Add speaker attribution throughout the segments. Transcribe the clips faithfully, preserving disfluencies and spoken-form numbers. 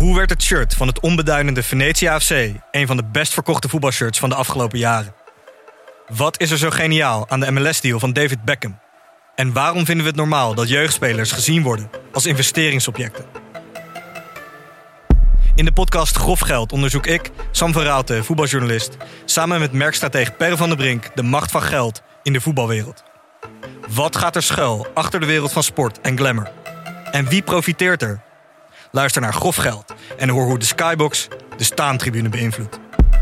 Speaker 1: Hoe werd het shirt van het onbeduidende Venetia F C een van de best verkochte voetbalshirts van de afgelopen jaren? Wat is er zo geniaal aan de M L S-deal van David Beckham? En waarom vinden we het normaal dat jeugdspelers gezien worden als investeringsobjecten? In de podcast Grof Geld onderzoek ik, Sam van Raalte, voetbaljournalist, samen met merkstratege Per van der Brink de macht van geld in de voetbalwereld. Wat gaat er schuil achter de wereld van sport en glamour? En wie profiteert er? Luister naar Grof Geld en hoor hoe de Skybox de staantribune beïnvloedt.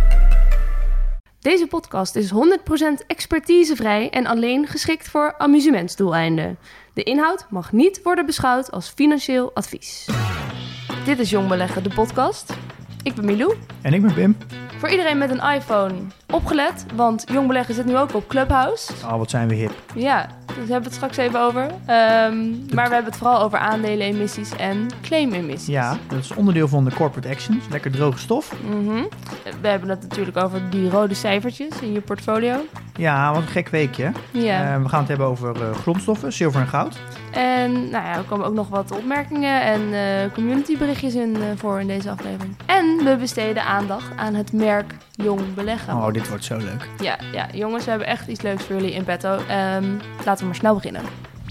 Speaker 2: Deze podcast is honderd procent expertisevrij en alleen geschikt voor amusementsdoeleinden. De inhoud mag niet worden beschouwd als financieel advies. Dit is Jong Beleggen, de podcast. Ik ben Milou.
Speaker 3: En ik ben Pim.
Speaker 2: Voor iedereen met een iPhone opgelet, want Jong Beleggen zit nu ook op Clubhouse.
Speaker 3: Oh, wat zijn we hip.
Speaker 2: Ja, dus we hebben het straks even over. Um, maar we hebben het vooral over aandelenemissies en claimemissies.
Speaker 3: Ja, dat is onderdeel van de corporate actions. Lekker droge stof.
Speaker 2: Mm-hmm. We hebben het natuurlijk over die rode cijfertjes in je portfolio.
Speaker 3: Ja, wat een gek weekje.
Speaker 2: Ja.
Speaker 3: Uh, we gaan het hebben over uh, grondstoffen, zilver en goud.
Speaker 2: En nou ja, er komen ook nog wat opmerkingen en uh, communityberichtjes in uh, voor in deze aflevering. En we besteden aandacht aan het merk Jong Beleggen.
Speaker 3: Oh, dit wordt zo leuk.
Speaker 2: Ja, ja, jongens, we hebben echt iets leuks voor jullie in petto. Um, laten we maar snel beginnen.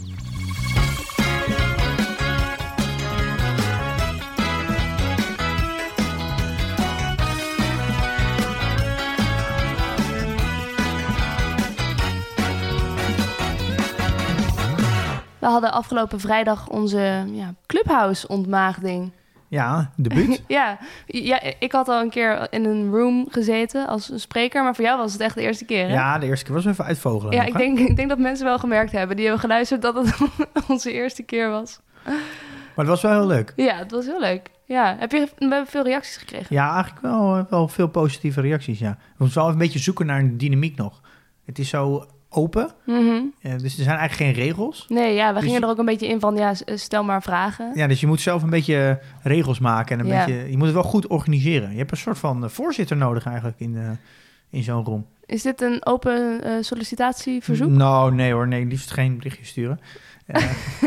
Speaker 2: We hadden afgelopen vrijdag onze ja, Clubhouse-ontmaagding.
Speaker 3: Ja, debuut.
Speaker 2: ja, ja, ik had al een keer in een room gezeten als spreker, maar voor jou was het echt de eerste keer, hè?
Speaker 3: Ja, de eerste keer was even uitvogelen.
Speaker 2: Ja,
Speaker 3: nog,
Speaker 2: ik, denk, ik denk dat mensen wel gemerkt hebben. Die hebben geluisterd dat het onze eerste keer was.
Speaker 3: Maar het was wel heel leuk.
Speaker 2: Ja, het was heel leuk. Ja, heb je we hebben veel reacties gekregen?
Speaker 3: Ja, eigenlijk wel, wel veel positieve reacties, ja. We moeten wel even een beetje zoeken naar een dynamiek nog. Het is zo open,
Speaker 2: Mm-hmm.
Speaker 3: uh, dus er zijn eigenlijk geen regels.
Speaker 2: Nee, ja, we
Speaker 3: dus
Speaker 2: gingen
Speaker 3: je,
Speaker 2: er ook een beetje in van, ja, stel maar vragen.
Speaker 3: Ja, dus je moet zelf een beetje regels maken en een
Speaker 2: ja.
Speaker 3: beetje, je moet het wel goed organiseren. Je hebt een soort van voorzitter nodig eigenlijk in, uh, in zo'n room.
Speaker 2: Is dit een open uh, sollicitatieverzoek?
Speaker 3: Nou, nee hoor, nee, liefst geen berichtje sturen. Uh,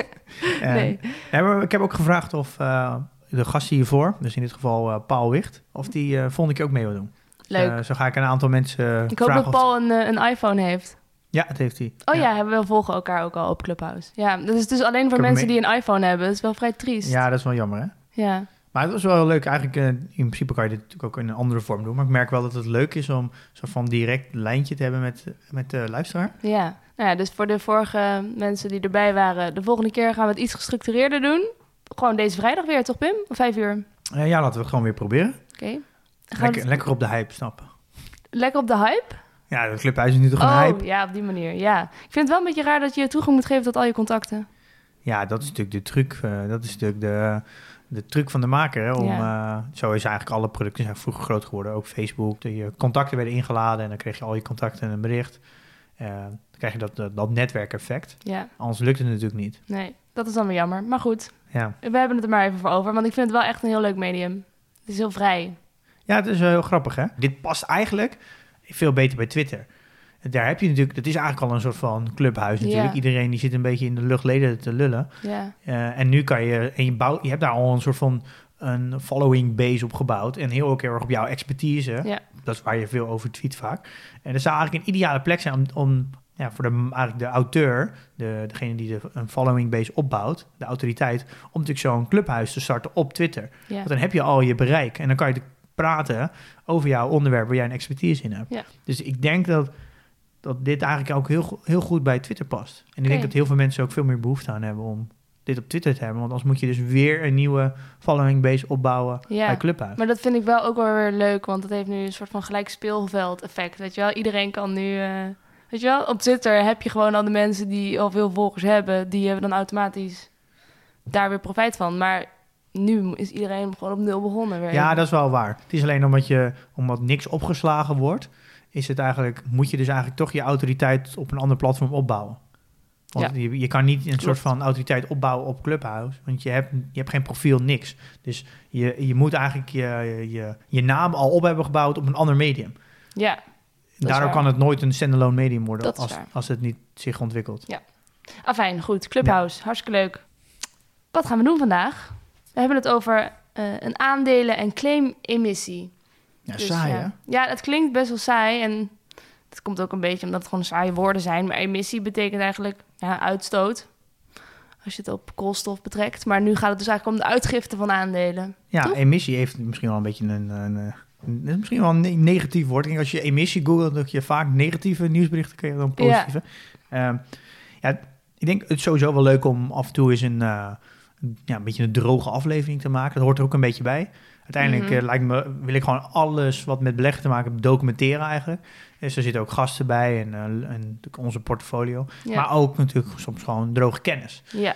Speaker 3: uh,
Speaker 2: nee.
Speaker 3: nee maar ik heb ook gevraagd of uh, de gast hiervoor, dus in dit geval uh, Paul Wicht, of die uh, volgende keer ook mee wil doen.
Speaker 2: Leuk.
Speaker 3: Uh, zo ga ik een aantal mensen uh,
Speaker 2: Ik hoop
Speaker 3: vragen
Speaker 2: dat Paul een, een iPhone heeft.
Speaker 3: Ja, dat heeft hij.
Speaker 2: Oh ja, ja, we volgen elkaar ook al op Clubhouse. Ja, dat is dus alleen voor mensen mee... die een iPhone hebben. Dat is wel vrij triest.
Speaker 3: Ja, dat is wel jammer, hè?
Speaker 2: Ja.
Speaker 3: Maar het was wel heel leuk. Eigenlijk, uh, in principe kan je dit natuurlijk ook in een andere vorm doen. Maar ik merk wel dat het leuk is om zo van direct lijntje te hebben met, met de luisteraar.
Speaker 2: Ja. Nou ja, dus voor de vorige mensen die erbij waren, de volgende keer gaan we het iets gestructureerder doen. Gewoon deze vrijdag weer, toch Pim? Om vijf uur?
Speaker 3: Uh, ja, laten we het gewoon weer proberen.
Speaker 2: Oké. Okay.
Speaker 3: Lekker, lekker op de hype snappen.
Speaker 2: Lekker op de hype?
Speaker 3: Ja, het Clubhuis is nu toch een
Speaker 2: oh,
Speaker 3: hype?
Speaker 2: Ja, op die manier, ja. Ik vind het wel een beetje raar dat je toegang moet geven tot al je contacten.
Speaker 3: Ja, dat is natuurlijk de truc. Uh, dat is natuurlijk de, de truc van de maker. Hè, om, ja. uh, zo is eigenlijk alle producten zijn vroeger groot geworden. Ook Facebook. De, je contacten werden ingeladen en dan kreeg je al je contacten en een bericht. Uh, dan krijg je dat, dat, dat netwerkeffect.
Speaker 2: Ja.
Speaker 3: Anders lukt het natuurlijk niet.
Speaker 2: Nee, dat is dan weer jammer. Maar goed,
Speaker 3: ja.
Speaker 2: we hebben het er maar even voor over. Want ik vind het wel echt een heel leuk medium. Het is heel vrij.
Speaker 3: Ja, het is uh, heel grappig, hè? Dit past eigenlijk veel beter bij Twitter. Daar heb je natuurlijk, dat is eigenlijk al een soort van clubhuis natuurlijk. Ja. Iedereen die zit een beetje in de luchtleden te lullen.
Speaker 2: Ja.
Speaker 3: Uh, en nu kan je, en je, bouw, je hebt daar al een soort van een following base op gebouwd. En heel ook heel erg op jouw expertise. Ja. Dat is waar je veel over tweet vaak. En dat zou eigenlijk een ideale plek zijn om, om ja, voor de, eigenlijk de auteur, de, degene die de, een following base opbouwt, de autoriteit, om natuurlijk zo'n clubhuis te starten op Twitter. Ja. Want dan heb je al je bereik. En dan kan je praten over jouw onderwerp waar jij een expertise in hebt. Ja. Dus ik denk dat, dat dit eigenlijk ook heel, heel goed bij Twitter past. En ik okay. denk dat heel veel mensen ook veel meer behoefte aan hebben om dit op Twitter te hebben. Want anders moet je dus weer een nieuwe following base opbouwen ja, bij Clubhuis.
Speaker 2: Maar dat vind ik wel ook wel weer leuk, want het heeft nu een soort van gelijk speelveld effect. Weet je wel, iedereen kan nu... Uh, weet je wel, op Twitter heb je gewoon al de mensen die al veel volgers hebben, die hebben dan automatisch daar weer profijt van. Maar nu is iedereen gewoon op nul begonnen. Weer
Speaker 3: ja, even. Dat is wel waar. Het is alleen omdat, je, omdat niks opgeslagen wordt, is het eigenlijk, moet je dus eigenlijk toch je autoriteit op een ander platform opbouwen. Want ja. je, je kan niet een Klopt. soort van autoriteit opbouwen op Clubhouse, want je hebt, je hebt geen profiel, niks. Dus je, je moet eigenlijk je, je, je naam al op hebben gebouwd op een ander medium.
Speaker 2: Ja.
Speaker 3: Daardoor kan het nooit een standalone medium worden als, als het niet zich ontwikkelt.
Speaker 2: Ja. Afijn, goed. Clubhouse, ja. Hartstikke leuk. Wat gaan we doen vandaag? We hebben het over uh, een aandelen- en claim-emissie.
Speaker 3: Ja,
Speaker 2: dus,
Speaker 3: saai,
Speaker 2: ja.
Speaker 3: hè?
Speaker 2: Ja, het klinkt best wel saai. En het komt ook een beetje omdat het gewoon saaie woorden zijn. Maar emissie betekent eigenlijk ja, uitstoot. Als je het op koolstof betrekt. Maar nu gaat het dus eigenlijk om de uitgifte van aandelen.
Speaker 3: Ja,
Speaker 2: toch?
Speaker 3: Emissie heeft misschien wel een beetje een... een, een een misschien wel een negatief woord. Ik denk als je emissie googelt, dat je vaak negatieve nieuwsberichten krijgt dan positieve. Ja. Um, ja, ik denk het sowieso wel leuk om af en toe eens een, uh, een, ja, een beetje een droge aflevering te maken. Dat hoort er ook een beetje bij. Uiteindelijk mm-hmm. uh, lijkt me, wil ik gewoon alles wat met beleggen te maken heeft documenteren eigenlijk. Dus er zitten ook gasten bij en, uh, en onze portfolio. Ja. Maar ook natuurlijk soms gewoon droge kennis.
Speaker 2: Ja.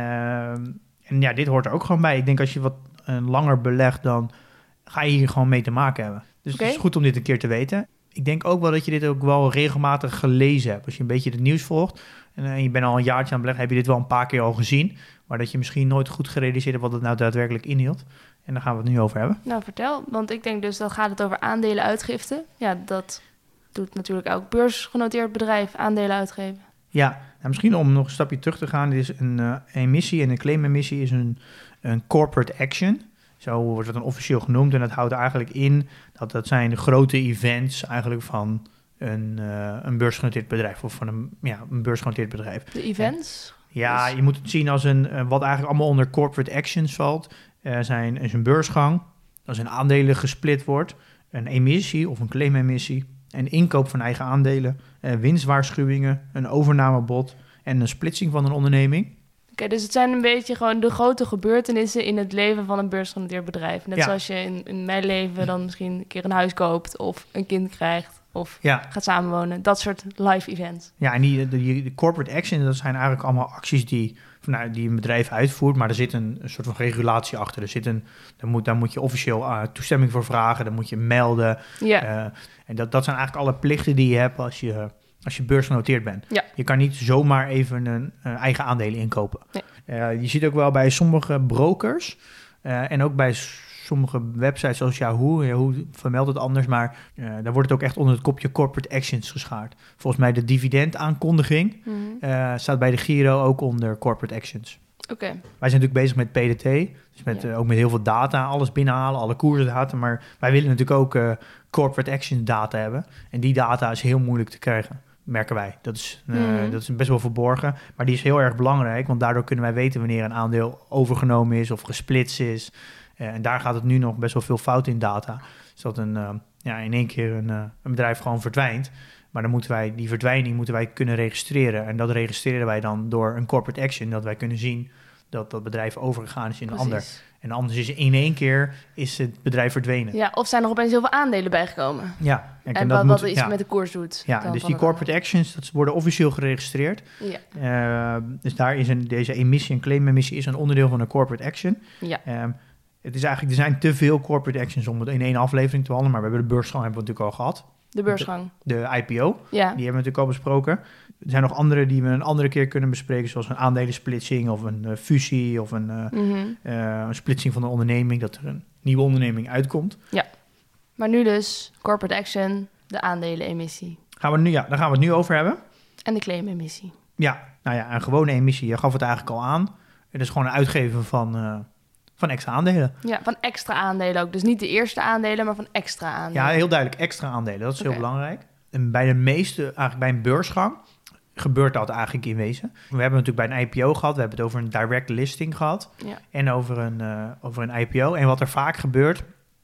Speaker 3: Um, en ja, dit hoort er ook gewoon bij. Ik denk als je wat uh, langer belegt, dan ga je hier gewoon mee te maken hebben. Dus okay. Het is goed om dit een keer te weten. Ik denk ook wel dat je dit ook wel regelmatig gelezen hebt. Als je een beetje het nieuws volgt en uh, je bent al een jaartje aan het beleggen, heb je dit wel een paar keer al gezien. Maar dat je misschien nooit goed gerealiseerd hebt wat het nou daadwerkelijk inhield. En daar gaan we het nu over hebben.
Speaker 2: Nou, vertel. Want ik denk dus, dan gaat het over aandelenuitgifte. Ja, dat doet natuurlijk elk beursgenoteerd bedrijf, aandelen uitgeven.
Speaker 3: Ja, nou, misschien om nog een stapje terug te gaan. Dit is een uh, emissie en een claim-emissie is een, een corporate action. Zo wordt het dan officieel genoemd. En dat houdt eigenlijk in dat dat zijn de grote events eigenlijk van een, uh, een beursgenoteerd bedrijf. Of van een, ja, een beursgenoteerd bedrijf.
Speaker 2: De events?
Speaker 3: Ja, je moet het zien als een, uh, wat eigenlijk allemaal onder corporate actions valt. Uh, zijn, is een beursgang, als een aandelen gesplit wordt, een emissie of een claim-emissie, een inkoop van eigen aandelen, uh, winstwaarschuwingen, een overnamebod en een splitsing van een onderneming.
Speaker 2: Oké, okay, dus het zijn een beetje gewoon de grote gebeurtenissen in het leven van een beursgenoteerd bedrijf. Net ja. zoals je in, in mijn leven dan misschien een keer een huis koopt of een kind krijgt of ja. gaat samenwonen. Dat soort live events.
Speaker 3: Ja, en die, die, die corporate actions, dat zijn eigenlijk allemaal acties die, nou, die een bedrijf uitvoert, maar er zit een, een soort van regulatie achter. Er zit een, daar, moet, daar moet je officieel uh, toestemming voor vragen, daar moet je melden. Ja. Uh, en dat, dat zijn eigenlijk alle plichten die je hebt als je... Als je beursgenoteerd bent. Ja. Je kan niet zomaar even een uh, eigen aandelen inkopen. Nee. Uh, je ziet ook wel bij sommige brokers uh, en ook bij sommige websites zoals Yahoo. Yahoo vermeldt het anders, maar uh, daar wordt het ook echt onder het kopje corporate actions geschaard. Volgens mij de dividendaankondiging mm-hmm. uh, staat bij de Giro ook onder corporate actions.
Speaker 2: Okay.
Speaker 3: Wij zijn natuurlijk bezig met P D T, dus met, ja. uh, ook met heel veel data, alles binnenhalen, alle koersdata, maar wij willen natuurlijk ook uh, corporate actions data hebben. En die data is heel moeilijk te krijgen. Merken wij. Dat is, uh, mm. dat is best wel verborgen. Maar die is heel erg belangrijk. Want daardoor kunnen wij weten wanneer een aandeel overgenomen is of gesplitst is. Uh, en daar gaat het nu nog best wel veel fout in data. Dus dat een, uh, ja, in één keer een, uh, een bedrijf gewoon verdwijnt. Maar dan moeten wij, die verdwijning moeten wij kunnen registreren. En dat registreren wij dan door een corporate action. Dat wij kunnen zien dat dat bedrijf overgegaan is in een ander. En anders is in één keer is het bedrijf verdwenen.
Speaker 2: Ja, of zijn er opeens heel veel aandelen bijgekomen.
Speaker 3: Ja.
Speaker 2: En, en dat wat, moet, wat iets ja. met de koers doet.
Speaker 3: Ja, dus die corporate actions, dat worden officieel geregistreerd. Ja. Uh, dus daar is een, deze emissie, een claim-emissie, is een onderdeel van een corporate action. Ja. Uh, het is eigenlijk, er zijn te veel corporate actions om het in één aflevering te behandelen. Maar we hebben de beursgang hebben we natuurlijk al gehad.
Speaker 2: De beursgang.
Speaker 3: De, de I P O, ja. Die hebben we natuurlijk al besproken. Er zijn nog andere die we een andere keer kunnen bespreken, zoals een aandelensplitsing of een uh, fusie of een, uh, mm-hmm. uh, een splitsing van een onderneming, dat er een nieuwe onderneming uitkomt.
Speaker 2: Ja, maar nu dus corporate action, de aandelenemissie.
Speaker 3: Gaan we nu, ja, daar gaan we het nu over hebben.
Speaker 2: En de claim-emissie.
Speaker 3: Ja, nou ja, een gewone emissie, je gaf het eigenlijk al aan. Het is gewoon een uitgeven van... Uh, Van extra aandelen.
Speaker 2: Ja, van extra aandelen ook. Dus niet de eerste aandelen, maar van extra aandelen.
Speaker 3: Ja, heel duidelijk extra aandelen. Dat is okay. heel belangrijk. En bij de meeste, eigenlijk bij een beursgang, gebeurt dat eigenlijk in wezen. We hebben natuurlijk bij een I P O gehad. We hebben het over een direct listing gehad. Ja. En over een, uh, over een I P O. En wat er vaak gebeurt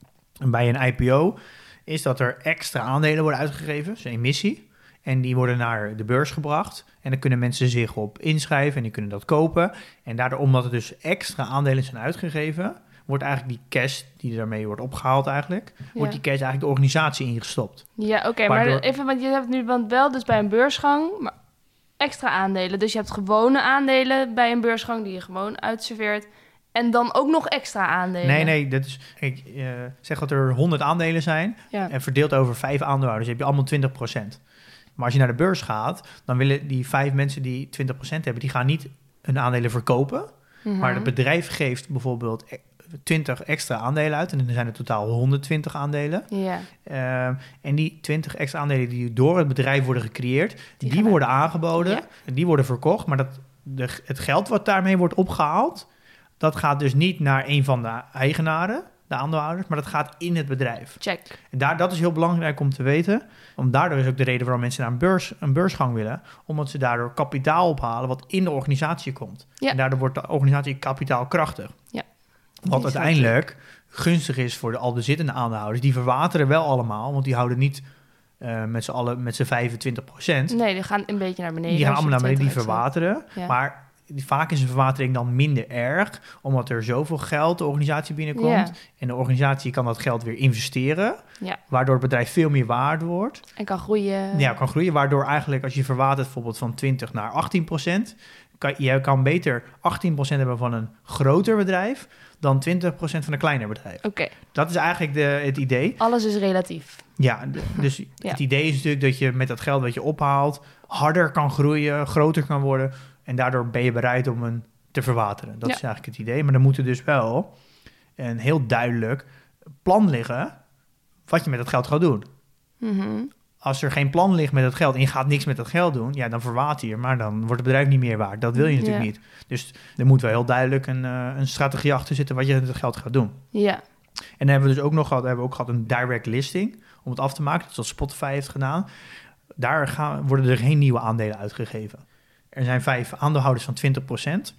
Speaker 3: bij een I P O, is dat er extra aandelen worden uitgegeven. Dus een emissie. En die worden naar de beurs gebracht. En dan kunnen mensen zich op inschrijven en die kunnen dat kopen. En daardoor, omdat er dus extra aandelen zijn uitgegeven, wordt eigenlijk die cash die daarmee wordt opgehaald eigenlijk, ja. wordt die cash eigenlijk de organisatie ingestopt.
Speaker 2: Ja, oké, okay, Waardoor... maar even, want je hebt nu want wel dus bij een beursgang, maar extra aandelen. Dus je hebt gewone aandelen bij een beursgang die je gewoon uitserveert. En dan ook nog extra aandelen.
Speaker 3: Nee, nee, dat is, ik uh, zeg dat er honderd aandelen zijn ja. en verdeeld over vijf aandeelhouders heb je allemaal twintig procent. Maar als je naar de beurs gaat, dan willen die vijf mensen die twintig procent hebben, die gaan niet hun aandelen verkopen. Mm-hmm. Maar het bedrijf geeft bijvoorbeeld twintig extra aandelen uit. En dan zijn er totaal honderdtwintig aandelen. Yeah. Uh, en die twintig extra aandelen die door het bedrijf worden gecreëerd, die, die worden aangeboden. Yeah. En die worden verkocht. Maar dat de, het geld wat daarmee wordt opgehaald, dat gaat dus niet naar een van de eigenaren, de aandeelhouders, maar dat gaat in het bedrijf.
Speaker 2: Check.
Speaker 3: En daar, dat is heel belangrijk om te weten. Want daardoor is ook de reden waarom mensen naar een, beurs, een beursgang willen. Omdat ze daardoor kapitaal ophalen wat in de organisatie komt.
Speaker 2: Ja.
Speaker 3: En daardoor wordt de organisatie kapitaalkrachtig.
Speaker 2: Ja.
Speaker 3: Wat uiteindelijk gunstig is voor de al bezittende aandeelhouders. Die verwateren wel allemaal, want die houden niet uh, met z'n allen met z'n vijfentwintig procent.
Speaker 2: Nee, die gaan een beetje naar beneden.
Speaker 3: Die gaan allemaal naar beneden, die
Speaker 2: twintig
Speaker 3: verwateren.
Speaker 2: Ja.
Speaker 3: Maar die, vaak is een verwatering dan minder erg, omdat er zoveel geld de organisatie binnenkomt.
Speaker 2: Ja.
Speaker 3: En de organisatie kan dat geld weer investeren,
Speaker 2: Ja.
Speaker 3: waardoor het bedrijf veel meer waard wordt.
Speaker 2: En kan groeien.
Speaker 3: Ja, kan groeien, waardoor eigenlijk als je verwatert bijvoorbeeld van twintig naar achttien procent, kan, je kan beter achttien procent hebben van een groter bedrijf dan twintig procent van een kleiner bedrijf.
Speaker 2: Oké. Okay.
Speaker 3: Dat is eigenlijk de, het idee.
Speaker 2: Alles is relatief.
Speaker 3: Ja, d- dus
Speaker 2: Ja.
Speaker 3: het idee is natuurlijk dat je met dat geld wat je ophaalt harder kan groeien, groter kan worden en daardoor ben je bereid om een te verwateren. Dat
Speaker 2: Ja.
Speaker 3: is eigenlijk het idee. Maar dan moet er dus wel een heel duidelijk plan liggen wat je met dat geld gaat doen.
Speaker 2: Mhm.
Speaker 3: Als er geen plan ligt met het geld en je gaat niks met dat geld doen, ja, dan verwater je, maar dan wordt het bedrijf niet meer waard. Dat wil je natuurlijk
Speaker 2: Ja.
Speaker 3: niet. Dus er moet wel heel duidelijk een, uh, een strategie achter zitten wat je met het geld gaat doen.
Speaker 2: Ja.
Speaker 3: En dan hebben we dus ook nog gehad, hebben we ook gehad een direct listing om het af te maken, zoals Spotify heeft gedaan. Daar gaan, worden er geen nieuwe aandelen uitgegeven. Er zijn vijf aandeelhouders van twintig procent.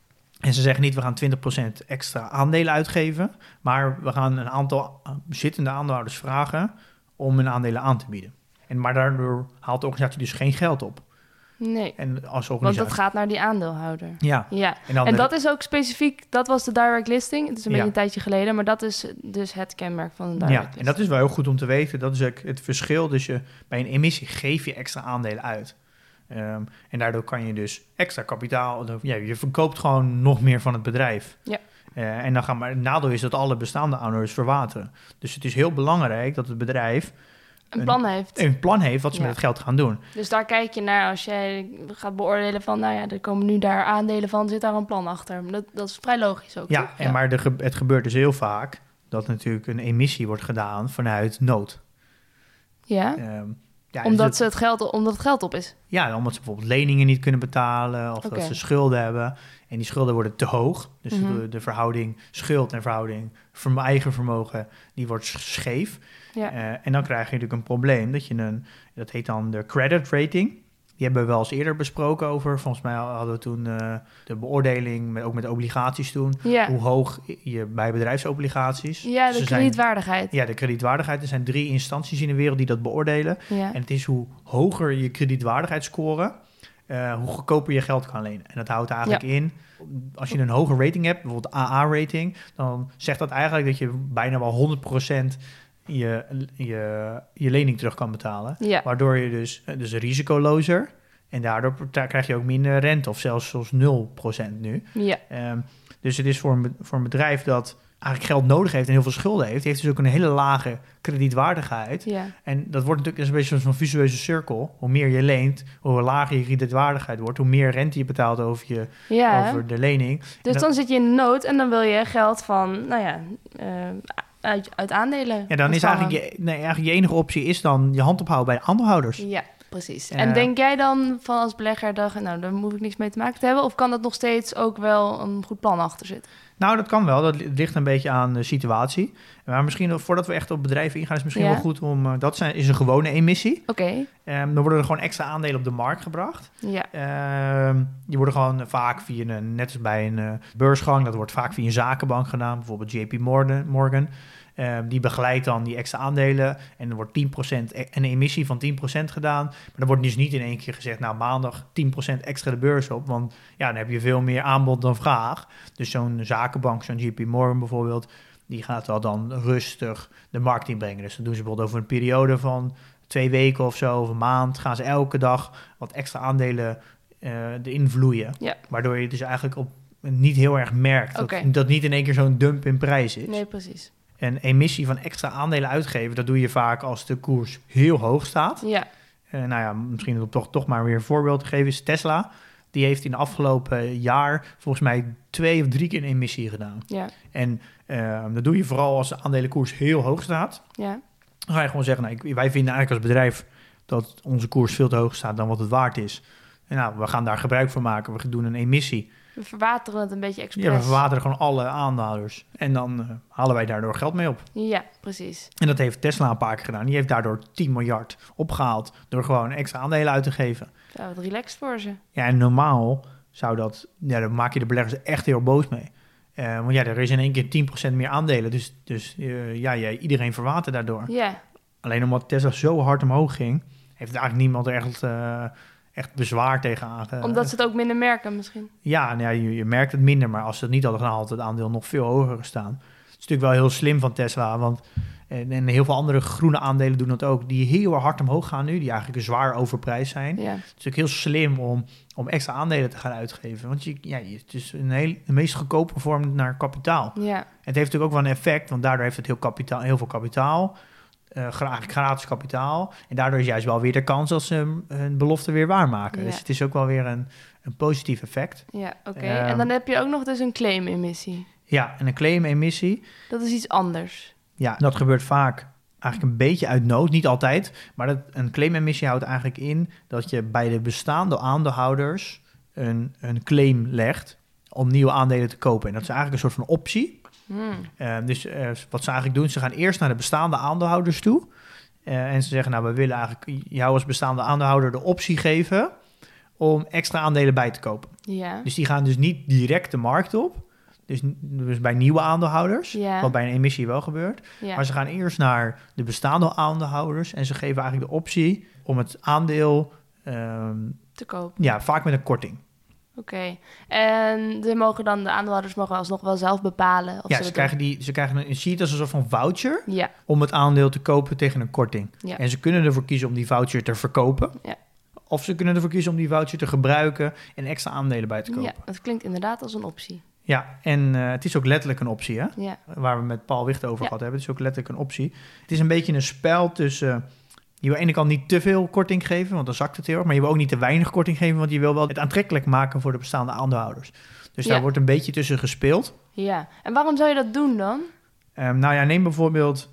Speaker 3: En ze zeggen niet, we gaan twintig procent extra aandelen uitgeven, maar we gaan een aantal bezittende aandeelhouders vragen om hun aandelen aan te bieden. En, maar daardoor haalt de organisatie dus geen geld op.
Speaker 2: Nee.
Speaker 3: En als
Speaker 2: Want
Speaker 3: organisatie...
Speaker 2: dat gaat naar die aandeelhouder.
Speaker 3: Ja.
Speaker 2: Ja.
Speaker 3: En, dan
Speaker 2: En
Speaker 3: de-
Speaker 2: dat is ook specifiek, dat was de direct listing. Het is een
Speaker 3: Ja.
Speaker 2: beetje een tijdje geleden, maar dat is dus het kenmerk van een direct
Speaker 3: Ja,
Speaker 2: listing.
Speaker 3: en dat is wel heel goed om te weten. Dat is ook het verschil. Dus je, bij een emissie geef je extra aandelen uit. Um, en daardoor kan je dus extra kapitaal... Ja, je verkoopt gewoon nog meer van het bedrijf.
Speaker 2: Ja.
Speaker 3: Uh, en dan gaan maar, het nadeel is dat alle bestaande aandeelhouders verwateren. Dus het is heel belangrijk dat het bedrijf
Speaker 2: Een plan heeft.
Speaker 3: een plan heeft wat ze
Speaker 2: Ja.
Speaker 3: met het geld gaan doen.
Speaker 2: Dus daar kijk je naar als jij gaat beoordelen van, nou ja, er komen nu daar aandelen van, zit daar een plan achter. Dat, dat is vrij logisch ook.
Speaker 3: Ja,
Speaker 2: toch?
Speaker 3: en maar de, ge- het gebeurt dus heel vaak dat natuurlijk een emissie wordt gedaan vanuit nood.
Speaker 2: Ja,
Speaker 3: Um, ja,
Speaker 2: omdat,
Speaker 3: dus
Speaker 2: ze het geld, omdat het geld op is.
Speaker 3: Ja, omdat ze bijvoorbeeld leningen niet kunnen betalen of
Speaker 2: Oké.
Speaker 3: dat ze schulden hebben. En die schulden worden te hoog. Dus
Speaker 2: Mhm.
Speaker 3: de, de verhouding schuld en verhouding verm- eigen vermogen, die wordt sch- scheef.
Speaker 2: Ja.
Speaker 3: Uh, en dan krijg je natuurlijk een probleem dat je een, dat heet dan de credit rating. Die hebben we wel eens eerder besproken over. Volgens mij hadden we toen uh, de beoordeling, met, ook met obligaties toen.
Speaker 2: Ja,
Speaker 3: Hoe hoog je bij bedrijfsobligaties.
Speaker 2: ja
Speaker 3: Dus
Speaker 2: de
Speaker 3: er zijn-
Speaker 2: kredietwaardigheid.
Speaker 3: Ja, de kredietwaardigheid. Er zijn drie instanties in de wereld die dat beoordelen.
Speaker 2: Ja.
Speaker 3: En het is hoe hoger je kredietwaardigheidsscore, uh, hoe goedkoper je geld kan lenen. En dat houdt eigenlijk in, als je een hoge rating hebt, bijvoorbeeld A A-rating, dan zegt dat eigenlijk dat je bijna wel honderd procent je, je, je lening terug kan betalen.
Speaker 2: Ja.
Speaker 3: Waardoor je dus, dus risicolozer en daardoor krijg je ook minder rente of zelfs, zelfs nul procent nu.
Speaker 2: Ja.
Speaker 3: Um, dus het is voor een, voor een bedrijf dat eigenlijk geld nodig heeft en heel veel schulden heeft, heeft dus ook een hele lage kredietwaardigheid.
Speaker 2: Ja.
Speaker 3: En dat wordt natuurlijk een beetje zo'n visueuze cirkel. Hoe meer je leent, hoe lager je kredietwaardigheid wordt, hoe meer rente je betaalt over, je,
Speaker 2: Ja.
Speaker 3: over de lening.
Speaker 2: Dus
Speaker 3: En dat-
Speaker 2: dan zit je in de nood en dan wil je geld van, nou ja, uh, uit, uit aandelen.
Speaker 3: ja, dan is
Speaker 2: ontvangen.
Speaker 3: eigenlijk je, nee, eigenlijk je enige optie is dan je hand ophouden bij de aandeelhouders.
Speaker 2: Ja, precies.
Speaker 3: Eh.
Speaker 2: En denk jij dan van als belegger, dat, nou, daar hoef ik niks mee te maken te hebben? Of kan dat nog steeds ook wel een goed plan achter zitten?
Speaker 3: Nou, dat kan wel. Dat li- ligt een beetje aan de situatie. Maar misschien, voordat we echt op bedrijven ingaan, is het misschien
Speaker 2: Ja.
Speaker 3: wel goed om... uh, dat zijn, is een gewone emissie.
Speaker 2: Oké,
Speaker 3: Um, dan worden er gewoon extra aandelen op de markt gebracht.
Speaker 2: ja.
Speaker 3: Um, die worden gewoon vaak via een, net als bij een uh, beursgang, dat wordt vaak via een zakenbank gedaan, bijvoorbeeld J P Morgan. Morgan. Um, die begeleidt dan die extra aandelen en er wordt tien procent e- een emissie van tien procent gedaan. Maar dan wordt dus niet in één keer gezegd, nou maandag tien procent extra de beurs op, want ja, dan heb je veel meer aanbod dan vraag. Dus zo'n zakenbank, zo'n J P Morgan bijvoorbeeld, die gaat wel dan rustig de markt inbrengen. Dus dan doen ze bijvoorbeeld over een periode van twee weken of zo, of een maand, gaan ze elke dag wat extra aandelen uh, erin vloeien.
Speaker 2: Ja.
Speaker 3: Waardoor je dus eigenlijk op niet heel erg merkt dat,
Speaker 2: Oké.
Speaker 3: dat niet in één keer zo'n dump in prijs is.
Speaker 2: Nee, precies.
Speaker 3: Een emissie van extra aandelen uitgeven, dat doe je vaak als de koers heel hoog staat.
Speaker 2: Ja,
Speaker 3: Uh, nou ja, misschien om toch, toch maar weer een voorbeeld te geven, is Tesla. Die heeft in de afgelopen jaar volgens mij twee of drie keer een emissie gedaan.
Speaker 2: ja,
Speaker 3: En uh, dat doe je vooral als de aandelenkoers heel hoog staat.
Speaker 2: ja.
Speaker 3: Dan ga je gewoon zeggen, nou, ik, wij vinden eigenlijk als bedrijf dat onze koers veel te hoog staat dan wat het waard is. En nou, we gaan daar gebruik van maken. We doen een emissie.
Speaker 2: We verwateren het een beetje expres.
Speaker 3: Ja, we verwateren gewoon alle aandeelhouders. En dan uh, halen wij daardoor geld mee op.
Speaker 2: Ja, precies.
Speaker 3: En dat heeft Tesla een paar keer gedaan. Die heeft daardoor tien miljard opgehaald door gewoon extra aandelen uit te geven.
Speaker 2: Ja, wat relaxed voor ze.
Speaker 3: Ja, en normaal zou dat... Ja, dan maak je de beleggers echt heel boos mee. Uh, want ja, er is in één keer tien procent meer aandelen. Dus, dus uh, ja, ja, iedereen verwatert daardoor.
Speaker 2: Ja.
Speaker 3: Alleen omdat Tesla zo hard omhoog ging, heeft eigenlijk niemand er echt, uh, echt bezwaar tegen aan.
Speaker 2: Omdat ze het ook minder merken misschien.
Speaker 3: Ja, nou ja je, je merkt het minder, maar als ze het niet hadden gedaan, had het aandeel nog veel hoger gestaan. Het is natuurlijk wel heel slim van Tesla, want en, en heel veel andere groene aandelen doen dat ook, die heel hard omhoog gaan nu, die eigenlijk zwaar overprijsd zijn.
Speaker 2: Ja.
Speaker 3: Het is natuurlijk heel slim om, om extra aandelen te gaan uitgeven, want je, ja, het is een heel, de meest goedkope vorm naar kapitaal.
Speaker 2: Ja.
Speaker 3: Het heeft natuurlijk ook wel een effect, want daardoor heeft het heel, kapitaal, heel veel kapitaal. Uh, eigenlijk gratis kapitaal. En daardoor is juist wel weer de kans dat ze hun belofte weer waarmaken. Ja. Dus het is ook wel weer een, een positief effect.
Speaker 2: Ja, oké. Okay. Um, en dan heb je ook nog dus een claim-emissie.
Speaker 3: Ja, en een claim-emissie.
Speaker 2: Dat is iets anders.
Speaker 3: Ja, dat gebeurt vaak eigenlijk een beetje uit nood. Niet altijd. Maar dat, een claim-emissie houdt eigenlijk in dat je bij de bestaande aandeelhouders een, een claim legt om nieuwe aandelen te kopen. En dat is eigenlijk een soort van optie. Hmm. Uh, dus uh, wat ze eigenlijk doen, ze gaan eerst naar de bestaande aandeelhouders toe. Uh, en ze zeggen, nou, we willen eigenlijk jou als bestaande aandeelhouder de optie geven om extra aandelen bij te kopen.
Speaker 2: Ja.
Speaker 3: Dus die gaan dus niet direct de markt op. Dus, dus bij nieuwe aandeelhouders, ja. Wat bij een emissie wel gebeurt. Ja. Maar ze gaan eerst naar de bestaande aandeelhouders en ze geven eigenlijk de optie om het aandeel um,
Speaker 2: te kopen.
Speaker 3: Ja, vaak met een korting.
Speaker 2: Oké, okay. En ze mogen dan, de aandeelhouders mogen alsnog wel zelf bepalen. Of
Speaker 3: ja,
Speaker 2: ze,
Speaker 3: ze krijgen, die, ze krijgen een sheet als een soort van voucher
Speaker 2: ja.
Speaker 3: om het aandeel te kopen tegen een korting.
Speaker 2: Ja.
Speaker 3: En ze kunnen ervoor kiezen om die voucher te verkopen.
Speaker 2: Ja.
Speaker 3: Of ze kunnen ervoor kiezen om die voucher te gebruiken en extra aandelen bij te kopen.
Speaker 2: Ja, dat klinkt inderdaad als een optie.
Speaker 3: Ja, en uh, het is ook letterlijk een optie, hè?
Speaker 2: Ja.
Speaker 3: Waar we met Paul Wicht over
Speaker 2: ja.
Speaker 3: gehad hebben. Het is ook letterlijk een optie. Het is een beetje een spel tussen... Uh, je wil aan de ene kant niet te veel korting geven, want dan zakt het heel erg. Maar je wil ook niet te weinig korting geven, want je wil wel het aantrekkelijk maken voor de bestaande aandeelhouders. Dus ja. Daar wordt een beetje tussen gespeeld.
Speaker 2: Ja, en waarom zou je dat doen dan?
Speaker 3: Um, nou ja, neem bijvoorbeeld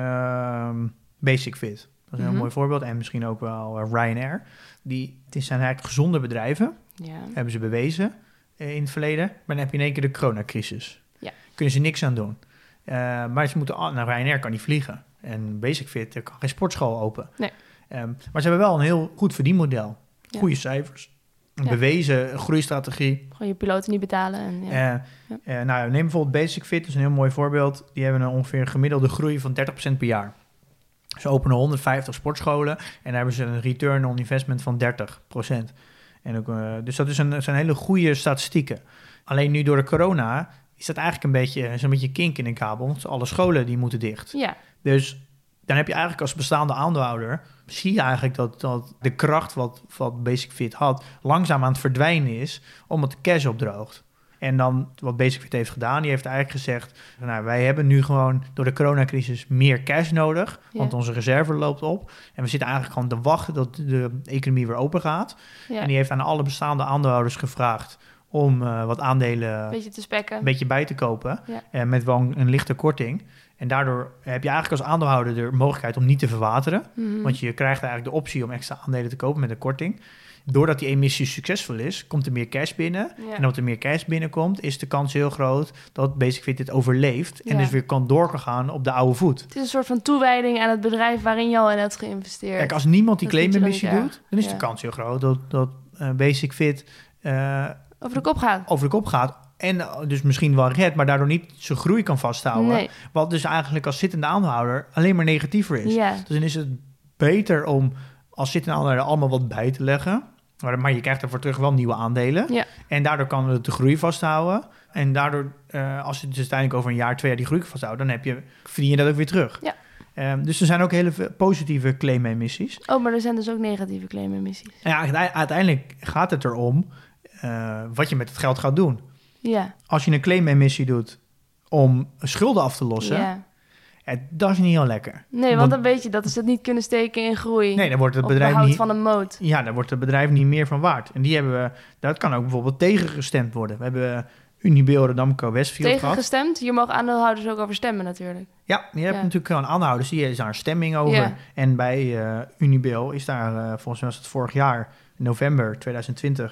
Speaker 3: um, Basic Fit. Dat is een
Speaker 2: mm-hmm.
Speaker 3: heel mooi voorbeeld. En misschien ook wel uh, Ryanair. Die, het zijn eigenlijk gezonde bedrijven.
Speaker 2: Ja.
Speaker 3: Hebben ze bewezen uh, in het verleden. Maar dan heb je in één keer de coronacrisis.
Speaker 2: Ja.
Speaker 3: Kunnen ze niks aan doen. Uh, maar ze moeten... Nou, Ryanair kan niet vliegen. En Basic Fit, er kan geen sportschool open.
Speaker 2: Nee.
Speaker 3: Um, maar ze hebben wel een heel goed verdienmodel. Ja. Goede cijfers. Een ja. bewezen groeistrategie.
Speaker 2: Gewoon je piloten niet betalen. En, ja.
Speaker 3: uh, ja. uh, nou, neem bijvoorbeeld Basic Fit, dat is een heel mooi voorbeeld. Die hebben een ongeveer een gemiddelde groei van dertig procent per jaar. Ze openen honderdvijftig sportscholen en daar hebben ze een return on investment van dertig procent. En ook, uh, dus dat is een, zijn hele goede statistieken. Alleen nu door de corona is dat eigenlijk een beetje, is een beetje kink in een kabel. Want alle scholen die moeten dicht.
Speaker 2: Ja.
Speaker 3: Dus dan heb je eigenlijk als bestaande aandeelhouder, zie je eigenlijk dat, dat de kracht wat, wat Basic Fit had, langzaam aan het verdwijnen is, omdat de cash opdroogt. En dan wat Basic Fit heeft gedaan, die heeft eigenlijk gezegd, nou, wij hebben nu gewoon door de coronacrisis meer cash nodig, ja. want onze reserve loopt op. En we zitten eigenlijk gewoon te wachten tot de economie weer open gaat. Ja. En die heeft aan alle bestaande aandeelhouders gevraagd om uh, wat aandelen
Speaker 2: beetje te spekken.
Speaker 3: een beetje bij te kopen,
Speaker 2: ja.
Speaker 3: uh, met wel een, een lichte korting. En daardoor heb je eigenlijk als aandeelhouder de mogelijkheid om niet te verwateren. Mm-hmm. Want je krijgt eigenlijk de optie om extra aandelen te kopen met een korting. Doordat die emissie succesvol is, komt er meer cash binnen. Ja. En omdat er meer cash binnenkomt, is de kans heel groot dat Basic Fit dit overleeft. En ja. dus weer kan doorgaan op de oude voet.
Speaker 2: Het is een soort van toewijding aan het bedrijf waarin je al in hebt geïnvesteerd.
Speaker 3: Kijk, als niemand die claim-emissie
Speaker 2: dan
Speaker 3: doet, dan is ja. de kans heel groot dat, dat uh, Basic Fit uh,
Speaker 2: over de kop gaat.
Speaker 3: Over de kop gaat. En dus misschien wel red, maar daardoor niet zijn groei kan vasthouden.
Speaker 2: Nee.
Speaker 3: Wat dus eigenlijk als zittende aandeelhouder alleen maar negatiever is.
Speaker 2: Ja.
Speaker 3: Dus dan is het beter om als zittende aandeelhouder allemaal wat bij te leggen. Maar, maar je krijgt daarvoor terug wel nieuwe aandelen.
Speaker 2: Ja.
Speaker 3: En daardoor kan het de groei vasthouden. En daardoor, uh, als je dus uiteindelijk over een jaar, twee jaar die groei vasthoudt, dan heb je, verdien je dat ook weer terug.
Speaker 2: Ja.
Speaker 3: Um, dus er zijn ook hele positieve claim-emissies.
Speaker 2: Oh, maar er zijn dus ook negatieve claim-emissies.
Speaker 3: Ja, uiteindelijk gaat het erom uh, wat je met het geld gaat doen.
Speaker 2: Ja.
Speaker 3: Als je een claim-emissie doet om schulden af te lossen,
Speaker 2: ja.
Speaker 3: Ja, dat is niet heel lekker.
Speaker 2: Nee, want, want dan weet je dat ze het niet kunnen steken in groei.
Speaker 3: Nee, dan wordt het bedrijf niet
Speaker 2: van een moot.
Speaker 3: Ja, dan wordt het bedrijf niet meer van waard. En die hebben we, dat kan ook bijvoorbeeld tegengestemd worden. We hebben Unibail, Rodamco, Westfield gehad.
Speaker 2: Tegengestemd? Hier mogen aandeelhouders ook over stemmen natuurlijk.
Speaker 3: Ja, je hebt ja. natuurlijk gewoon aandeelhouders, die is daar een stemming over.
Speaker 2: Ja.
Speaker 3: En bij uh, Unibail is daar, uh, volgens mij was het vorig jaar, in november tweeduizend twintig,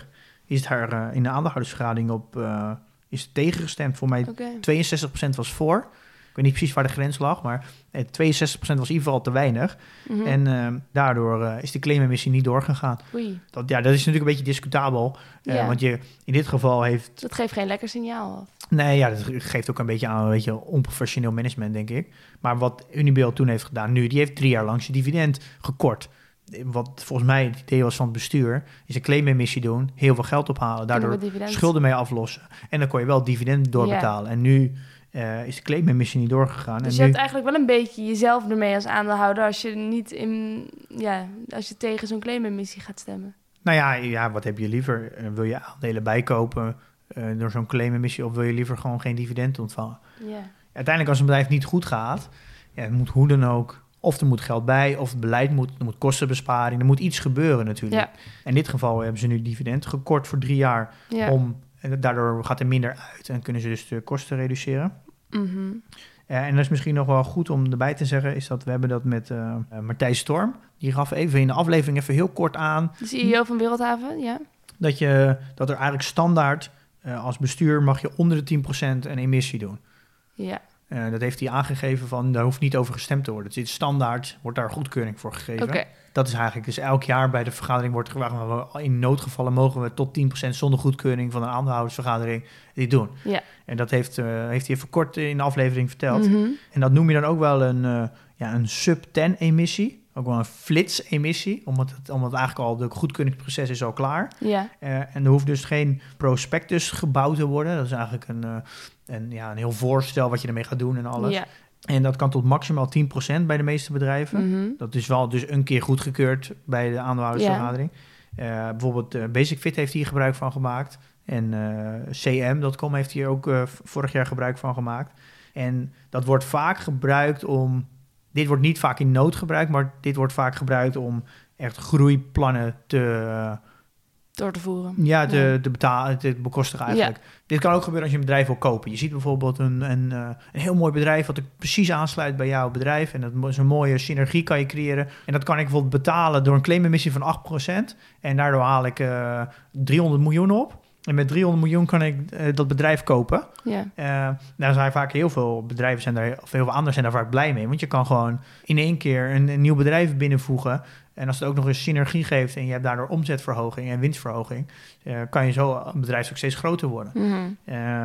Speaker 3: is daar uh, in de aandeelhoudersvergadering op uh, is tegengestemd. Voor mij okay. tweeënzestig procent was voor. Ik weet niet precies waar de grens lag, maar eh, tweeënzestig procent was in ieder geval te weinig. Mm-hmm. En uh, daardoor uh, is de claimemissie niet doorgegaan.
Speaker 2: Oei.
Speaker 3: Dat, ja, dat is natuurlijk een beetje discutabel. Uh, ja. Want je in dit geval heeft...
Speaker 2: Dat geeft geen lekker signaal.
Speaker 3: Nee, ja, dat geeft ook een beetje aan een beetje onprofessioneel management, denk ik. Maar wat Unibail toen heeft gedaan nu, die heeft drie jaar lang zijn dividend gekort. Wat volgens mij het idee was van het bestuur, is een claimemissie doen, heel veel geld ophalen, daardoor schulden mee aflossen. En dan kon je wel dividend doorbetalen. Ja. En nu uh, is de claimemissie niet doorgegaan.
Speaker 2: Dus
Speaker 3: en
Speaker 2: je
Speaker 3: nu...
Speaker 2: hebt eigenlijk wel een beetje jezelf ermee als aandeelhouder als je niet in, ja, als je tegen zo'n claimemissie gaat stemmen.
Speaker 3: Nou ja, ja, wat heb je liever? Uh, wil je aandelen bijkopen uh, door zo'n claimemissie of wil je liever gewoon geen dividend ontvangen?
Speaker 2: Ja.
Speaker 3: Uiteindelijk als een bedrijf niet goed gaat, ja, het moet hoe dan ook. Of er moet geld bij, of het beleid moet, er moet kostenbesparing, er moet iets gebeuren natuurlijk. Ja. In dit geval hebben ze nu dividend gekort voor drie jaar. Ja. Om, en daardoor gaat er minder uit en kunnen ze dus de kosten reduceren.
Speaker 2: Mm-hmm.
Speaker 3: Uh, en dat is misschien nog wel goed om erbij te zeggen, is dat we hebben dat met uh, uh, Martijn Storm. Die gaf even in de aflevering even heel kort aan.
Speaker 2: De C E O van Wereldhaven, ja.
Speaker 3: Dat, je, dat er eigenlijk standaard uh, als bestuur mag je onder de tien procent een emissie doen.
Speaker 2: Ja.
Speaker 3: Uh, dat heeft hij aangegeven van, daar hoeft niet over gestemd te worden. Het is standaard, wordt daar goedkeuring voor gegeven.
Speaker 2: Okay.
Speaker 3: Dat is eigenlijk, dus elk jaar bij de vergadering wordt gevraagd, maar in noodgevallen mogen we tot tien procent zonder goedkeuring van een aandeelhoudersvergadering dit doen.
Speaker 2: Ja.
Speaker 3: En dat heeft, uh, heeft hij even kort in de aflevering verteld.
Speaker 2: Mm-hmm.
Speaker 3: En dat noem je dan ook wel een, uh, ja, een sub tien emissie. Ook wel een flits-emissie, omdat het, omdat eigenlijk al de goedkeuringsproces is al klaar.
Speaker 2: Ja.
Speaker 3: Uh, en er hoeft dus geen prospectus gebouwd te worden. Dat is eigenlijk een, uh, een, ja, een heel voorstel wat je ermee gaat doen en alles.
Speaker 2: Ja.
Speaker 3: En dat kan tot maximaal tien procent bij de meeste bedrijven.
Speaker 2: Mm-hmm.
Speaker 3: Dat is wel dus een keer goedgekeurd bij de aandeelhoudersvergadering. Ja. Uh, bijvoorbeeld uh, Basic Fit heeft hier gebruik van gemaakt. En uh, C M punt com heeft hier ook uh, vorig jaar gebruik van gemaakt. En dat wordt vaak gebruikt om... Dit wordt niet vaak in nood gebruikt, maar dit wordt vaak gebruikt om echt groeiplannen te... Uh,
Speaker 2: Door te voeren.
Speaker 3: Ja, te, ja. te betalen, te bekostigen eigenlijk. Ja. Dit kan ook gebeuren als je een bedrijf wil kopen. Je ziet bijvoorbeeld een, een, uh, een heel mooi bedrijf wat er precies aansluit bij jouw bedrijf. En dat is een mooie synergie kan je creëren. En dat kan ik bijvoorbeeld betalen door een claimemissie van acht procent. En daardoor haal ik uh, driehonderd miljoen op. En met driehonderd miljoen kan ik uh, dat bedrijf kopen.
Speaker 2: Ja.
Speaker 3: Uh, daar zijn vaak heel veel bedrijven, zijn daar, of heel veel anderen zijn daar vaak blij mee. Want je kan gewoon in één keer een, een nieuw bedrijf binnenvoegen. En als het ook nog eens synergie geeft en je hebt daardoor omzetverhoging en winstverhoging, uh, kan je zo een bedrijf ook steeds groter worden.
Speaker 2: Mm-hmm.
Speaker 3: Uh,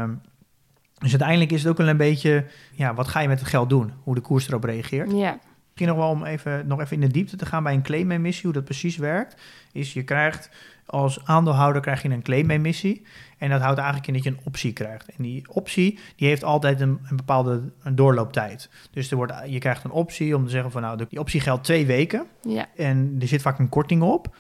Speaker 3: dus uiteindelijk is het ook wel een beetje, ja, wat ga je met het geld doen? Hoe de koers erop reageert.
Speaker 2: Ja.
Speaker 3: Misschien nog wel om even, nog even in de diepte te gaan bij een claimemissie, hoe dat precies werkt, is je krijgt als aandeelhouder krijg je een claimemissie. En dat houdt eigenlijk in dat je een optie krijgt. En die optie die heeft altijd een, een bepaalde een doorlooptijd. Dus er wordt, je krijgt een optie om te zeggen van nou, die optie geldt twee weken.
Speaker 2: Ja.
Speaker 3: En er zit vaak een korting op.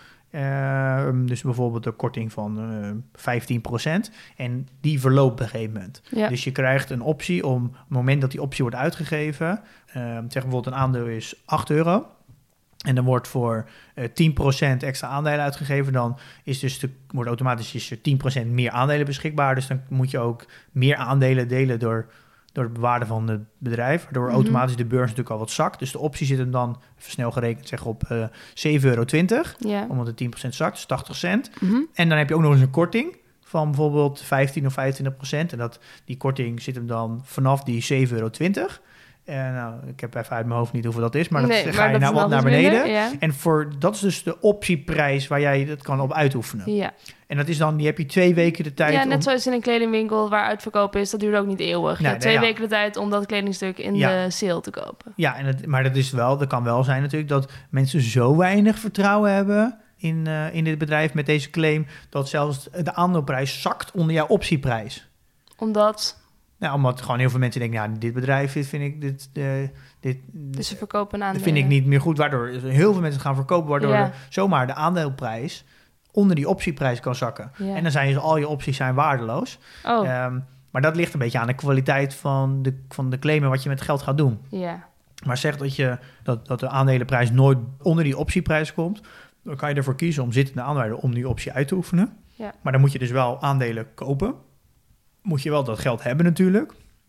Speaker 3: Uh, dus bijvoorbeeld een korting van uh, vijftien procent. En die verloopt op een gegeven moment.
Speaker 2: Ja.
Speaker 3: Dus je krijgt een optie om, op het moment dat die optie wordt uitgegeven, uh, zeg bijvoorbeeld een aandeel is acht euro. En dan wordt voor uh, tien procent extra aandelen uitgegeven. Dan is dus de, wordt automatisch is er tien procent meer aandelen beschikbaar. Dus dan moet je ook meer aandelen delen door, door het bewaarden van het bedrijf. Waardoor mm-hmm. automatisch de beurs natuurlijk al wat zakt. Dus de optie zit hem dan, even snel gerekend, zeg op uh, zeven euro twintig.
Speaker 2: Ja.
Speaker 3: Omdat het tien procent zakt, dus tachtig cent.
Speaker 2: Mm-hmm. En
Speaker 3: dan heb je ook nog eens een korting van bijvoorbeeld vijftien of vijfentwintig procent. En dat, die korting zit hem dan vanaf die zeven euro twintig. En nou, ik heb even uit mijn hoofd niet hoeveel dat is, maar dat
Speaker 2: nee,
Speaker 3: ga
Speaker 2: maar
Speaker 3: je
Speaker 2: dat
Speaker 3: nou wat naar beneden.
Speaker 2: Minder, ja.
Speaker 3: En voor dat is dus de optieprijs waar jij dat kan op uitoefenen.
Speaker 2: Ja.
Speaker 3: En dat is dan, die heb je twee weken de tijd.
Speaker 2: Ja, net
Speaker 3: om...
Speaker 2: zoals in een kledingwinkel waar uitverkoop is, dat duurt ook niet eeuwig.
Speaker 3: Nee,
Speaker 2: je hebt twee
Speaker 3: nee, ja.
Speaker 2: weken de tijd om dat kledingstuk in
Speaker 3: ja.
Speaker 2: de sale te kopen.
Speaker 3: Ja, en het, maar dat is wel, dat kan wel zijn natuurlijk dat mensen zo weinig vertrouwen hebben in, uh, in dit bedrijf met deze claim, dat zelfs de aandeelprijs zakt onder jouw optieprijs.
Speaker 2: Omdat?
Speaker 3: Nou, omdat gewoon heel veel mensen denken, ja, dit bedrijf dit vind ik, dit, uh, dit,
Speaker 2: dus ze verkopen een aandeel.
Speaker 3: Dat vind ik niet meer goed, waardoor heel veel mensen gaan verkopen, waardoor
Speaker 2: ja.
Speaker 3: er zomaar de aandeelprijs onder die optieprijs kan zakken.
Speaker 2: Ja.
Speaker 3: En dan zijn dus al je opties zijn waardeloos.
Speaker 2: Oh.
Speaker 3: Um, maar dat ligt een beetje aan de kwaliteit van de, van de claim en wat je met geld gaat doen.
Speaker 2: Ja.
Speaker 3: Maar zeg dat, je, dat, dat de aandelenprijs nooit onder die optieprijs komt, dan kan je ervoor kiezen om zittende aandelen om die optie uit te oefenen.
Speaker 2: Ja.
Speaker 3: Maar dan moet je dus wel aandelen kopen. Moet je wel dat geld hebben natuurlijk.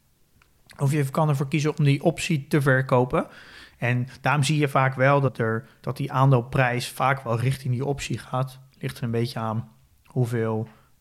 Speaker 3: Of je kan ervoor kiezen om die optie te verkopen. En daarom zie je vaak wel dat, er, dat die aandeelprijs vaak wel richting die optie gaat. Ligt er een beetje aan hoeveel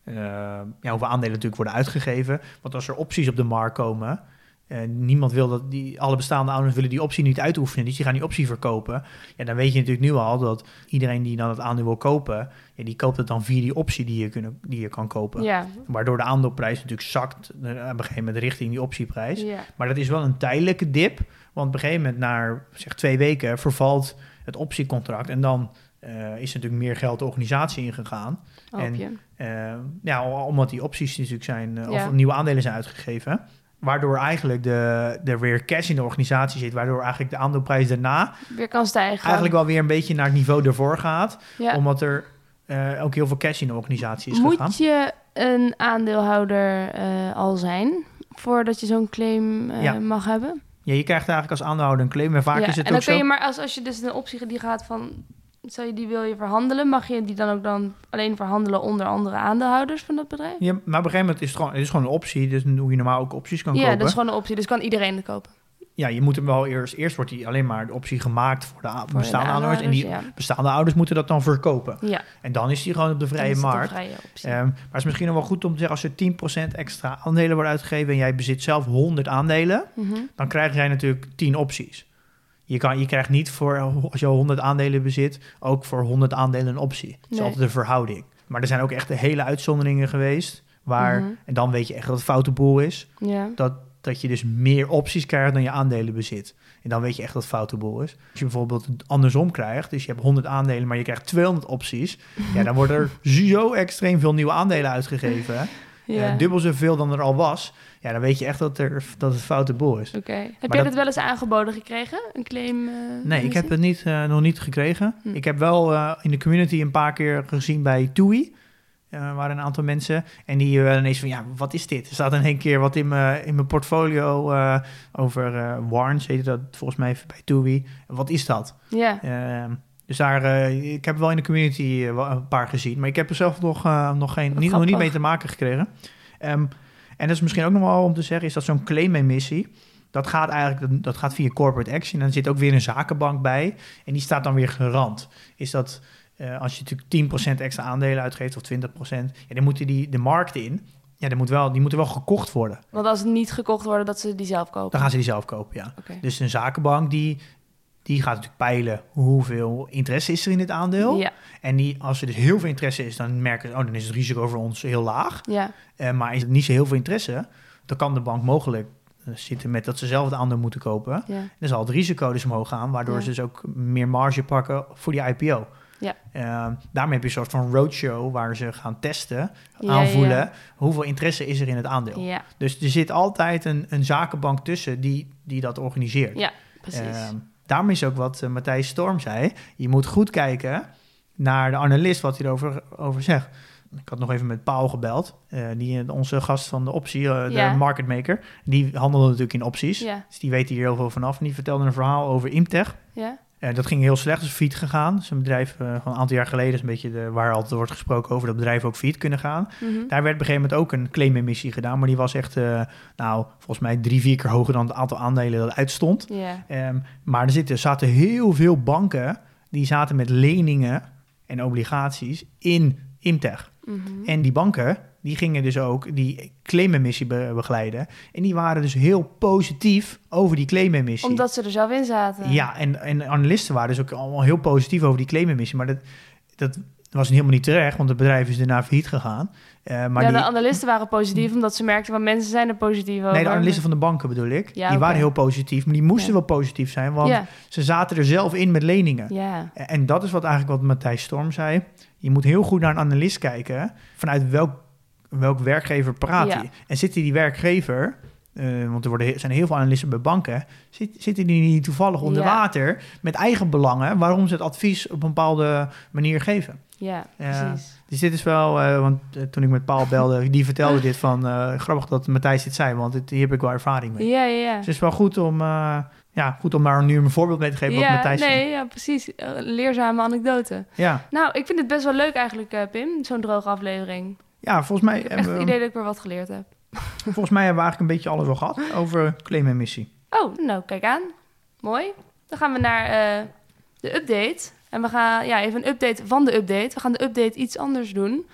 Speaker 3: uh, ja, hoeveel aandelen natuurlijk worden uitgegeven. Want als er opties op de markt komen... Uh, niemand wil dat die, alle bestaande ouders willen die optie niet uitoefenen, dus die gaan die optie verkopen. Ja, dan weet je natuurlijk nu al dat iedereen die dan het aandeel wil kopen, ja, die koopt het dan via die optie die je, kunnen, die je kan kopen.
Speaker 2: Ja.
Speaker 3: Waardoor de aandeelprijs natuurlijk zakt uh, op een gegeven moment richting die optieprijs.
Speaker 2: Ja.
Speaker 3: Maar dat is wel een tijdelijke dip, want op een gegeven moment na zeg twee weken vervalt het optiecontract en dan uh, is er natuurlijk meer geld de organisatie ingegaan.
Speaker 2: Hoop
Speaker 3: en
Speaker 2: je.
Speaker 3: uh, ja, omdat die opties natuurlijk zijn, uh,
Speaker 2: Ja.
Speaker 3: of nieuwe aandelen zijn uitgegeven. Waardoor eigenlijk de, er weer cash in de organisatie zit. Waardoor eigenlijk de aandeelprijs daarna
Speaker 2: Weer kan stijgen.
Speaker 3: eigenlijk wel weer een beetje naar het niveau ervoor gaat.
Speaker 2: Ja.
Speaker 3: Omdat er uh, ook heel veel cash in de organisatie is
Speaker 2: Moet
Speaker 3: gegaan.
Speaker 2: Moet je een aandeelhouder uh, al zijn voordat je zo'n claim uh,
Speaker 3: Ja.
Speaker 2: mag hebben?
Speaker 3: Ja, je krijgt eigenlijk als aandeelhouder een claim. Maar vaak
Speaker 2: Ja,
Speaker 3: is het
Speaker 2: en dan
Speaker 3: ook
Speaker 2: kun
Speaker 3: zo...
Speaker 2: je maar als, als je dus een optie die gaat van... Stel je die wil je verhandelen, mag je die dan ook dan alleen verhandelen onder andere aandeelhouders van dat bedrijf?
Speaker 3: Ja, maar op een gegeven moment is het gewoon, het is gewoon een optie. Dus hoe je normaal ook opties kan
Speaker 2: Ja,
Speaker 3: kopen.
Speaker 2: dat is gewoon een optie. Dus kan iedereen het kopen.
Speaker 3: Ja, je moet hem wel eerst... Eerst wordt die alleen maar de optie gemaakt voor de a-
Speaker 2: Voor
Speaker 3: bestaande
Speaker 2: de
Speaker 3: aandeelhouders. En die
Speaker 2: aandeelhouders,
Speaker 3: bestaande ouders moeten dat dan verkopen.
Speaker 2: Ja.
Speaker 3: En dan is die gewoon op de
Speaker 2: Dan
Speaker 3: vrije
Speaker 2: is het een
Speaker 3: markt.
Speaker 2: vrije optie.
Speaker 3: Um, maar het is misschien nog wel goed om te zeggen... als er tien procent extra aandelen worden uitgegeven... en jij bezit zelf honderd aandelen...
Speaker 2: Mm-hmm.
Speaker 3: dan krijg jij natuurlijk tien opties. Je, kan, je krijgt niet voor, als je al honderd aandelen bezit... ook voor honderd aandelen een optie. Dat is
Speaker 2: Nee.
Speaker 3: altijd de verhouding. Maar er zijn ook echt de hele uitzonderingen geweest... waar,
Speaker 2: Mm-hmm.
Speaker 3: en dan weet je echt dat het foute boel is...
Speaker 2: Ja.
Speaker 3: dat, dat je dus meer opties krijgt dan je aandelen bezit. En dan weet je echt dat het foute boel is. Als je bijvoorbeeld het andersom krijgt... dus je hebt honderd aandelen, maar je krijgt tweehonderd opties... ja, dan worden er zo extreem veel nieuwe aandelen uitgegeven... Hè?
Speaker 2: Ja.
Speaker 3: Uh, dubbel zoveel dan er al was. Ja, dan weet je echt dat, er, dat het foute boel is.
Speaker 2: Oké. Okay. Heb
Speaker 3: Maar
Speaker 2: jij
Speaker 3: dat-
Speaker 2: dat wel eens aangeboden gekregen? Een claim? Uh,
Speaker 3: Nee, ik heb het niet, uh, nog niet gekregen.
Speaker 2: Hm.
Speaker 3: Ik heb wel uh, in de community een paar keer gezien bij TUI. Er uh, waren een aantal mensen. En die uh, ineens van, ja, wat is dit? Er staat in één keer wat in mijn in mijn portfolio uh, over uh, warrants. Heet dat volgens mij bij TUI. Wat is dat?
Speaker 2: Ja.
Speaker 3: Uh, dus daar, uh, ik heb wel in de community uh, wel een paar gezien. Maar ik heb er zelf nog, uh, nog, geen, niet, nog niet mee te maken gekregen. Um, en dat is misschien ook nog wel om te zeggen... is dat zo'n claim-emissie... dat gaat eigenlijk dat gaat via corporate action... en er zit ook weer een zakenbank bij... en die staat dan weer garant. Is dat uh, als je natuurlijk tien procent extra aandelen uitgeeft... of twintig procent... Ja, dan moeten die de markt in... Ja, die, moet wel, die moeten wel gekocht worden.
Speaker 2: Want als het niet gekocht worden, dat ze die zelf kopen?
Speaker 3: Dan gaan ze die zelf kopen, ja.
Speaker 2: Okay.
Speaker 3: Dus een zakenbank die... Die gaat natuurlijk peilen hoeveel interesse is er in dit aandeel.
Speaker 2: Ja.
Speaker 3: En die, als er dus heel veel interesse is, dan merken ze... oh, dan is het risico voor ons heel laag.
Speaker 2: Ja.
Speaker 3: Uh, maar is er niet zo heel veel interesse... dan kan de bank mogelijk uh, zitten met dat ze zelf het aandeel moeten kopen.
Speaker 2: Ja.
Speaker 3: Dan zal het risico dus omhoog gaan... waardoor
Speaker 2: Ja.
Speaker 3: ze dus ook meer marge pakken voor die I P O.
Speaker 2: Ja.
Speaker 3: Uh, daarmee heb je een soort van roadshow... waar ze gaan testen,
Speaker 2: Ja,
Speaker 3: aanvoelen...
Speaker 2: ja.
Speaker 3: hoeveel interesse is er in het aandeel.
Speaker 2: Ja.
Speaker 3: Dus er zit altijd een, een zakenbank tussen die, die dat organiseert.
Speaker 2: Ja, precies.
Speaker 3: Uh, Daarom is ook wat uh, Matthijs Storm zei. Je moet goed kijken naar de analist wat hij erover over zegt. Ik had nog even met Paul gebeld. Uh, die, onze gast van de optie, uh, de
Speaker 2: Ja.
Speaker 3: market maker. Die handelde natuurlijk in opties.
Speaker 2: Ja.
Speaker 3: Dus die weet hier heel veel vanaf. En die vertelde een verhaal over Imtech.
Speaker 2: Ja.
Speaker 3: Uh, dat ging heel slecht. Dus failliet gegaan. Dat is een bedrijf uh, van een aantal jaar geleden. Is een beetje de, waar altijd wordt gesproken over dat bedrijven ook failliet kunnen gaan.
Speaker 2: Mm-hmm.
Speaker 3: Daar werd op een gegeven moment ook een claimemissie gedaan. Maar die was echt, uh, nou, volgens mij drie, vier keer hoger dan het aantal aandelen dat uitstond.
Speaker 2: Ja.
Speaker 3: Um, maar er zitten, zaten heel veel banken die zaten met leningen en obligaties in Imtech.
Speaker 2: Mm-hmm.
Speaker 3: En die banken, die gingen dus ook die claimemissie be- begeleiden. En die waren dus heel positief over die claimemissie.
Speaker 2: Omdat ze er zelf in zaten.
Speaker 3: Ja, en, en analisten waren dus ook allemaal heel positief over die claimemissie. Maar dat, dat was helemaal niet terecht, want het bedrijf is daarna failliet gegaan. Uh, maar
Speaker 2: ja,
Speaker 3: die,
Speaker 2: de analisten waren positief, omdat ze merkten van mensen zijn er positief over.
Speaker 3: nee, de analisten van de banken bedoel ik.
Speaker 2: Ja,
Speaker 3: die
Speaker 2: oké.
Speaker 3: waren heel positief, maar die moesten
Speaker 2: Ja.
Speaker 3: wel positief zijn, want
Speaker 2: Ja.
Speaker 3: ze zaten er zelf in met leningen.
Speaker 2: Ja.
Speaker 3: En dat is wat eigenlijk wat Matthijs Storm zei. Je moet heel goed naar een analist kijken. Vanuit welk, welk werkgever praat
Speaker 2: Ja.
Speaker 3: hij? En zit die werkgever... Uh, want er worden, he- zijn heel veel analisten bij banken. Zit, zitten die niet toevallig onder
Speaker 2: Ja.
Speaker 3: water... met eigen belangen... waarom ze het advies op een bepaalde manier geven?
Speaker 2: Ja,
Speaker 3: Ja.
Speaker 2: precies.
Speaker 3: Dus dit is wel... Uh, want uh, toen ik met Paul belde... die vertelde dit van... Uh, grappig dat Matthijs dit zei... want dit, hier heb ik wel ervaring mee.
Speaker 2: Ja, ja, ja.
Speaker 3: Dus het is wel goed om... Uh, ja, goed om daar nu een voorbeeld mee te geven... wat
Speaker 2: ja,
Speaker 3: Matthijs zei.
Speaker 2: nee, ja, precies. Uh, leerzame anekdote.
Speaker 3: Ja.
Speaker 2: Nou, ik vind het best wel leuk eigenlijk, uh, Pim. Zo'n droge aflevering.
Speaker 3: ja, volgens mij...
Speaker 2: Ik heb echt
Speaker 3: hebben
Speaker 2: het
Speaker 3: we-
Speaker 2: idee dat ik weer wat geleerd heb.
Speaker 3: Volgens mij hebben we eigenlijk een beetje alles al gehad over claimemissie.
Speaker 2: Oh, nou, kijk aan. Mooi. Dan gaan we naar uh, de update. En we gaan, ja, even een update van de update. We gaan de update iets anders doen.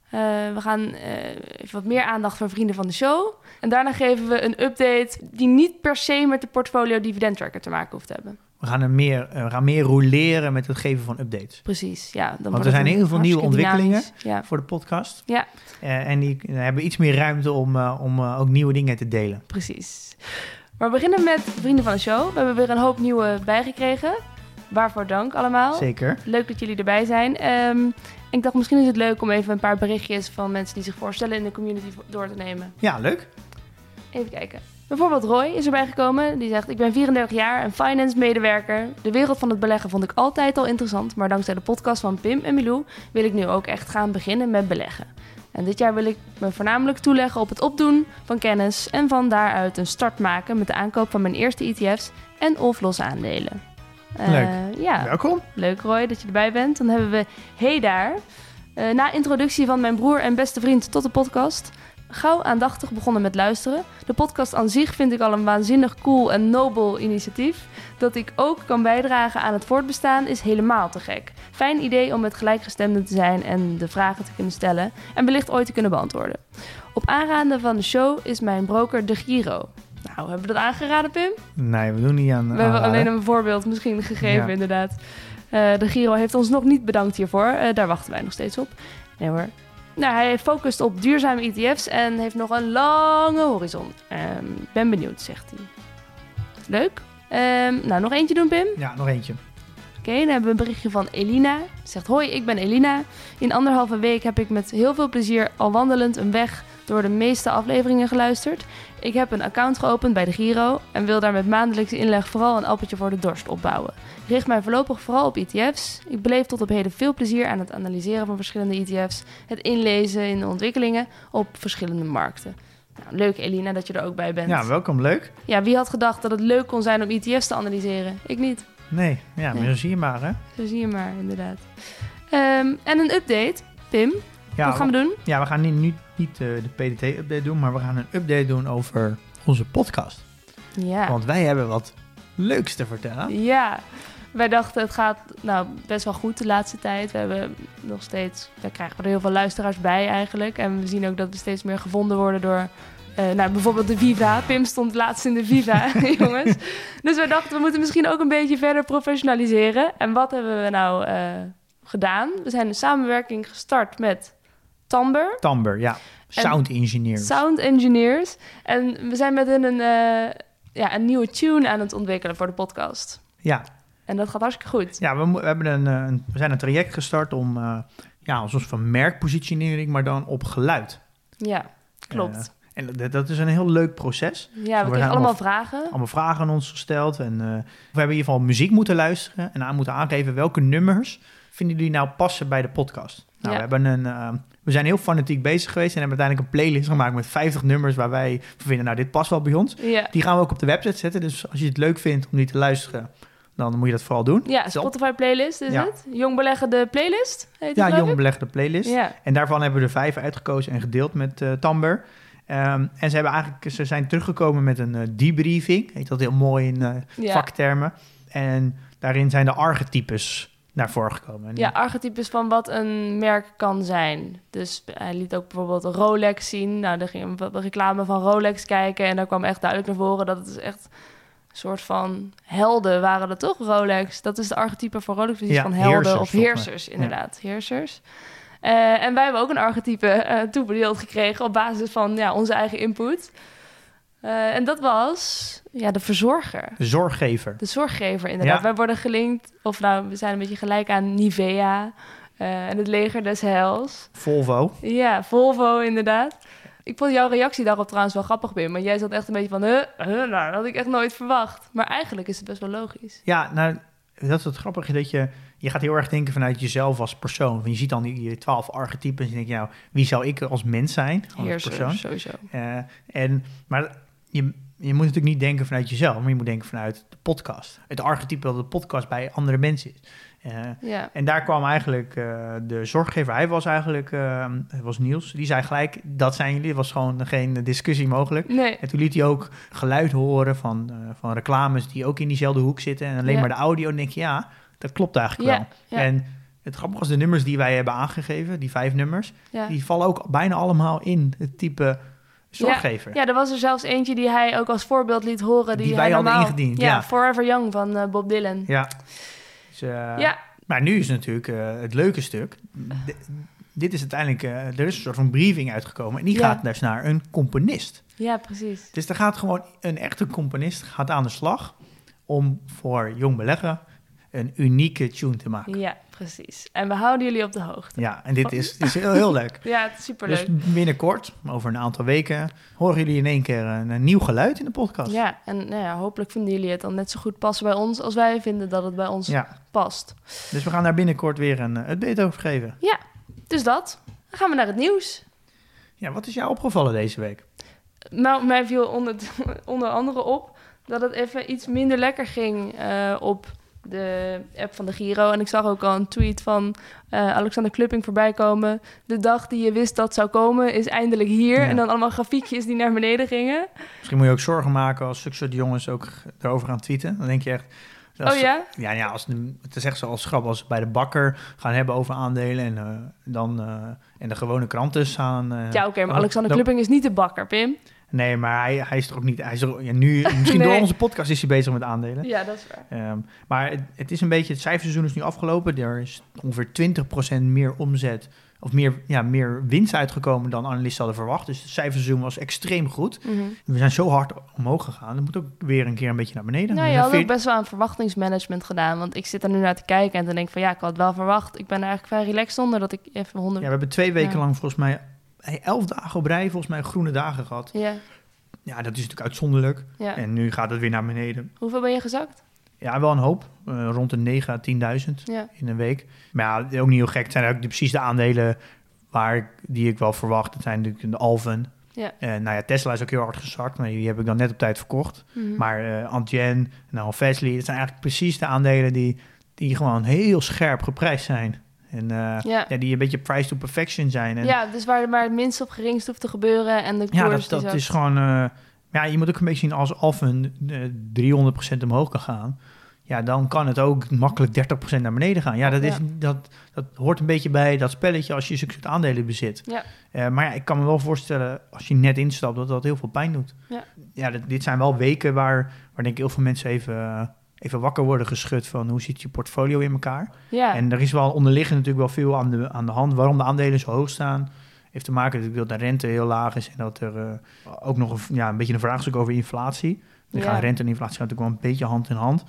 Speaker 2: Uh, we gaan uh, even wat meer aandacht voor vrienden van de show. En daarna geven we een update die niet per se met de portfolio dividend tracker te maken hoeft te hebben.
Speaker 3: We gaan, er meer, uh, we gaan meer roleren met het geven van updates.
Speaker 2: Precies, ja. Dan
Speaker 3: Want er zijn heel veel nieuwe ontwikkelingen
Speaker 2: ja.
Speaker 3: voor de podcast.
Speaker 2: Ja.
Speaker 3: Uh, en die uh, hebben iets meer ruimte om, uh, om uh, ook nieuwe dingen te delen.
Speaker 2: Precies. Maar we beginnen met vrienden van de show. We hebben weer een hoop nieuwe bijgekregen. Waarvoor dank allemaal.
Speaker 3: Zeker.
Speaker 2: Leuk dat jullie erbij zijn. Um, ik dacht, misschien is het leuk om even een paar berichtjes van mensen die zich voorstellen in de community door te nemen.
Speaker 3: Ja, leuk.
Speaker 2: Even kijken. Bijvoorbeeld Roy is erbij gekomen. Die zegt, ik ben vierendertig jaar en finance medewerker. De wereld van het beleggen vond ik altijd al interessant. Maar dankzij de podcast van Pim en Milou wil ik nu ook echt gaan beginnen met beleggen. En dit jaar wil ik me voornamelijk toeleggen op het opdoen van kennis. En van daaruit een start maken met de aankoop van mijn eerste E T F's en of losse aandelen.
Speaker 3: Leuk.
Speaker 2: Uh, ja.
Speaker 3: Welkom.
Speaker 2: Leuk Roy dat je erbij bent. Dan hebben we Hey daar. Uh, na introductie van mijn broer en beste vriend tot de podcast. Gauw aandachtig begonnen met luisteren. De podcast aan zich vind ik al een waanzinnig cool en nobel initiatief. Dat ik ook kan bijdragen aan het voortbestaan is helemaal te gek. Fijn idee om met gelijkgestemden te zijn en de vragen te kunnen stellen. En wellicht ooit te kunnen beantwoorden. Op aanraden van de show is mijn broker De Giro. Nou, hebben we dat aangeraden, Pim?
Speaker 3: Nee, we doen niet aan.
Speaker 2: We aanraden. hebben alleen een voorbeeld misschien gegeven, ja. Inderdaad. Uh, de Giro heeft ons nog niet bedankt hiervoor. Uh, daar wachten wij nog steeds op. Nee hoor. Nou, hij focust op duurzame E T F's en heeft nog een lange horizon. Um, ben benieuwd, zegt hij. Leuk. Um, nou, nog eentje doen, Pim?
Speaker 3: Ja, nog eentje.
Speaker 2: Oké, okay, dan hebben we een berichtje van Elina. Zegt, hoi, ik ben Elina. In anderhalve week heb ik met heel veel plezier al wandelend een weg door de meeste afleveringen geluisterd. Ik heb een account geopend bij de Giro en wil daar met maandelijkse inleg vooral een appeltje voor de dorst opbouwen. Ik richt mij voorlopig vooral op E T F's. Ik beleef tot op heden veel plezier aan het analyseren van verschillende E T F's, het inlezen in de ontwikkelingen op verschillende markten. Nou, leuk Elina dat je er ook bij bent.
Speaker 3: Ja, welkom, leuk.
Speaker 2: Ja, wie had gedacht dat het leuk kon zijn om E T F's te analyseren? Ik niet.
Speaker 3: Nee, ja, maar nee. Zo zie je maar, hè?
Speaker 2: Zo zie je maar, inderdaad. Um, en een update, Pim.
Speaker 3: Ja,
Speaker 2: Wat gaan we doen?
Speaker 3: Ja, we gaan niet, niet, niet uh, de P D T-update doen, maar we gaan een update doen over onze podcast.
Speaker 2: Ja.
Speaker 3: Want wij hebben wat leuks te vertellen.
Speaker 2: Ja, wij dachten het gaat nou best wel goed de laatste tijd. We hebben nog steeds, daar krijgen we er heel veel luisteraars bij eigenlijk. En we zien ook dat we steeds meer gevonden worden door... Uh, nou, bijvoorbeeld de Viva. Pim stond laatst in de Viva, jongens. Dus wij dachten, we moeten misschien ook een beetje verder professionaliseren. En wat hebben we nou uh, gedaan? We zijn een samenwerking gestart met Tamber.
Speaker 3: Tamber, ja. Sound engineers.
Speaker 2: Sound engineers. En we zijn met hun een, uh, ja, een nieuwe tune aan het ontwikkelen voor de podcast.
Speaker 3: Ja.
Speaker 2: En dat gaat hartstikke goed.
Speaker 3: Ja, we, we, hebben een, een, we zijn een traject gestart om... Uh, ja, een soort van merkpositionering, maar dan op geluid.
Speaker 2: Ja, klopt. Uh,
Speaker 3: En dat, dat is een heel leuk proces.
Speaker 2: Ja, we, we kregen allemaal, allemaal vragen.
Speaker 3: Allemaal vragen aan ons gesteld. En uh, we hebben in ieder geval muziek moeten luisteren. En aan moeten aangeven welke nummers vinden jullie nou passen bij de podcast. Nou, ja. we, hebben een, uh, we zijn heel fanatiek bezig geweest. En hebben uiteindelijk een playlist gemaakt met vijftig nummers waar wij vinden, nou, dit past wel bij ons.
Speaker 2: Ja.
Speaker 3: Die gaan we ook op de website zetten. Dus als je het leuk vindt om die te luisteren, dan moet je dat vooral doen.
Speaker 2: Ja, Spotify playlist is ja. het. Jong Beleggen de playlist heet
Speaker 3: Ja,
Speaker 2: het,
Speaker 3: Jong Beleggen de playlist.
Speaker 2: Ja. En
Speaker 3: daarvan hebben we er vijf uitgekozen en gedeeld met uh, Tamber. Um, en ze, hebben eigenlijk, ze zijn teruggekomen met een uh, debriefing. Heet dat heel mooi in uh, ja. vaktermen. En daarin zijn de archetypes naar voren gekomen.
Speaker 2: Ja, archetypes van wat een merk kan zijn. Dus hij liet ook bijvoorbeeld Rolex zien. Nou, daar ging een reclame van Rolex kijken. En daar kwam echt duidelijk naar voren dat het echt een soort van helden waren. Dat toch, Rolex? Dat is de archetype voor Rolex. Ja, van helden heersers, of heersers, inderdaad. Ja. Heersers. Uh, en wij hebben ook een archetype uh, toebedeeld gekregen op basis van ja, onze eigen input. Uh, en dat was ja, de verzorger.
Speaker 3: De zorggever.
Speaker 2: De zorggever, inderdaad. Ja. Wij worden gelinkt, of nou, we zijn een beetje gelijk aan Nivea uh, en het leger des heils.
Speaker 3: Volvo.
Speaker 2: Ja, Volvo, inderdaad. Ik vond jouw reactie daarop trouwens wel grappig, Pim. Maar jij zat echt een beetje van, huh, huh, nou, dat had ik echt nooit verwacht. Maar eigenlijk is het best wel logisch.
Speaker 3: Ja, nou, dat is het grappige, dat je... Je gaat heel erg denken vanuit jezelf als persoon. Je ziet dan die twaalf archetypen en je denkt, nou, wie zou ik als mens zijn? Als
Speaker 2: Heerser,
Speaker 3: persoon?
Speaker 2: Sowieso.
Speaker 3: Uh, en, maar je, je moet natuurlijk niet denken vanuit jezelf, maar je moet denken vanuit de podcast. Het archetype dat de podcast bij andere mensen is. Uh,
Speaker 2: ja.
Speaker 3: En daar kwam eigenlijk uh, de zorggever, hij was eigenlijk, uh, het was Niels, die zei gelijk, dat zijn jullie, er was gewoon geen discussie mogelijk.
Speaker 2: Nee.
Speaker 3: En toen liet hij ook geluid horen van, uh, van reclames die ook in diezelfde hoek zitten en alleen ja. maar de audio, en denk je, ja, dat klopt eigenlijk
Speaker 2: ja,
Speaker 3: wel.
Speaker 2: Ja.
Speaker 3: En het grappige was, de nummers die wij hebben aangegeven, die vijf nummers,
Speaker 2: ja.
Speaker 3: die vallen ook bijna allemaal in het type zorggever.
Speaker 2: Ja, ja, er was er zelfs eentje die hij ook als voorbeeld liet horen. Die,
Speaker 3: die wij
Speaker 2: hij
Speaker 3: hadden
Speaker 2: normaal,
Speaker 3: ingediend.
Speaker 2: Ja,
Speaker 3: Ja,
Speaker 2: Forever Young van uh, Bob Dylan.
Speaker 3: Ja. Dus, uh,
Speaker 2: ja.
Speaker 3: Maar nu is natuurlijk uh, het leuke stuk. D- dit is uiteindelijk, uh, er is een soort van briefing uitgekomen. En die
Speaker 2: ja.
Speaker 3: gaat dus naar een componist.
Speaker 2: Ja, precies.
Speaker 3: Dus er gaat gewoon een echte componist gaat aan de slag om voor jong beleggen een unieke tune te maken.
Speaker 2: Ja, precies. En we houden jullie op de hoogte.
Speaker 3: Ja, en dit is, dit is heel, heel leuk.
Speaker 2: Ja, het is superleuk.
Speaker 3: Dus binnenkort, over een aantal weken, horen jullie in één keer een, een nieuw geluid in de podcast.
Speaker 2: Ja, en nou ja, hopelijk vinden jullie het dan net zo goed passen bij ons als wij vinden dat het bij ons
Speaker 3: ja.
Speaker 2: past.
Speaker 3: Dus we gaan daar binnenkort weer een update over geven.
Speaker 2: Ja, dus dat. Dan gaan we naar het nieuws.
Speaker 3: Ja, wat is jou opgevallen deze week?
Speaker 2: Nou, mij viel onder, onder andere op dat het even iets minder lekker ging uh, op de app van de Giro. En ik zag ook al een tweet van uh, Alexander Klupping voorbij komen. De dag die je wist dat zou komen is eindelijk hier. Ja. En dan allemaal grafiekjes die naar beneden gingen.
Speaker 3: Misschien moet je ook zorgen maken als zulke soort jongens ook erover gaan tweeten. Dan denk je echt...
Speaker 2: Oh ja?
Speaker 3: Ja, ja als de, het is echt zoals grap als ze bij de bakker gaan hebben over aandelen en uh, dan uh, en de gewone kranten staan. Uh,
Speaker 2: ja, oké, okay, maar Alexander dan, Klupping is niet de bakker, Pim.
Speaker 3: Nee, maar hij, hij is toch ook niet... Hij is er, ja, nu, misschien nee. door onze podcast is hij bezig met aandelen.
Speaker 2: Ja, dat is waar.
Speaker 3: Um, maar het, het is een beetje... Het cijferseizoen is nu afgelopen. Er is ongeveer twintig procent meer omzet... of meer, ja, meer winst uitgekomen dan analisten hadden verwacht. Dus het cijferseizoen was extreem goed. Mm-hmm. We zijn zo hard omhoog gegaan. Dat moet ook weer een keer een beetje naar beneden.
Speaker 2: Nou, je had veert... ook best wel aan verwachtingsmanagement gedaan. Want ik zit er nu naar te kijken en dan denk ik van... ja, ik had het wel verwacht. Ik ben er eigenlijk vrij relaxed zonder dat ik even honderd...
Speaker 3: Ja, we hebben twee weken
Speaker 2: ja.
Speaker 3: lang volgens mij... elf dagen op rij volgens mij groene dagen gehad.
Speaker 2: Ja.
Speaker 3: Ja, dat is natuurlijk uitzonderlijk.
Speaker 2: Ja.
Speaker 3: En nu gaat het weer naar beneden.
Speaker 2: Hoeveel ben je gezakt?
Speaker 3: Ja, wel een hoop. Uh, rond de negen à tienduizend
Speaker 2: ja.
Speaker 3: in een week. Maar ja, ook niet heel gek. Het zijn ook de, precies de aandelen waar ik, die ik wel verwacht. Het zijn natuurlijk de Alphen.
Speaker 2: Ja.
Speaker 3: Uh, nou ja, Tesla is ook heel hard gezakt. Maar die heb ik dan net op tijd verkocht.
Speaker 2: Mm-hmm.
Speaker 3: Maar uh, Antjen, nou Fastly, dat zijn eigenlijk precies de aandelen die, die gewoon heel scherp geprijsd zijn. En uh, ja. Ja, die een beetje price to perfection zijn. En
Speaker 2: ja, dus waar maar het minst op geringst hoeft te gebeuren. En de koers
Speaker 3: ja, dat, dat is, is gewoon... Uh, ja, je moet ook een beetje zien als Alphen uh, driehonderd procent omhoog kan gaan. Ja, dan kan het ook makkelijk dertig procent naar beneden gaan. Ja, dat, is, ja. dat, dat hoort een beetje bij dat spelletje als je zulke soort aandelen bezit.
Speaker 2: Ja.
Speaker 3: Uh, maar ja, ik kan me wel voorstellen, als je net instapt, dat dat heel veel pijn doet.
Speaker 2: Ja,
Speaker 3: ja dit, dit zijn wel weken waar, waar denk ik heel veel mensen even... Uh, even wakker worden geschud van hoe zit je portfolio in elkaar.
Speaker 2: Ja.
Speaker 3: En er is wel onderliggend natuurlijk wel veel aan de, aan de hand. Waarom de aandelen zo hoog staan, heeft te maken natuurlijk dat de rente heel laag is en dat er uh, ook nog een, ja, een beetje een vraagstuk over inflatie. Dan ja. gaan rente en inflatie gaan natuurlijk wel een beetje hand in hand.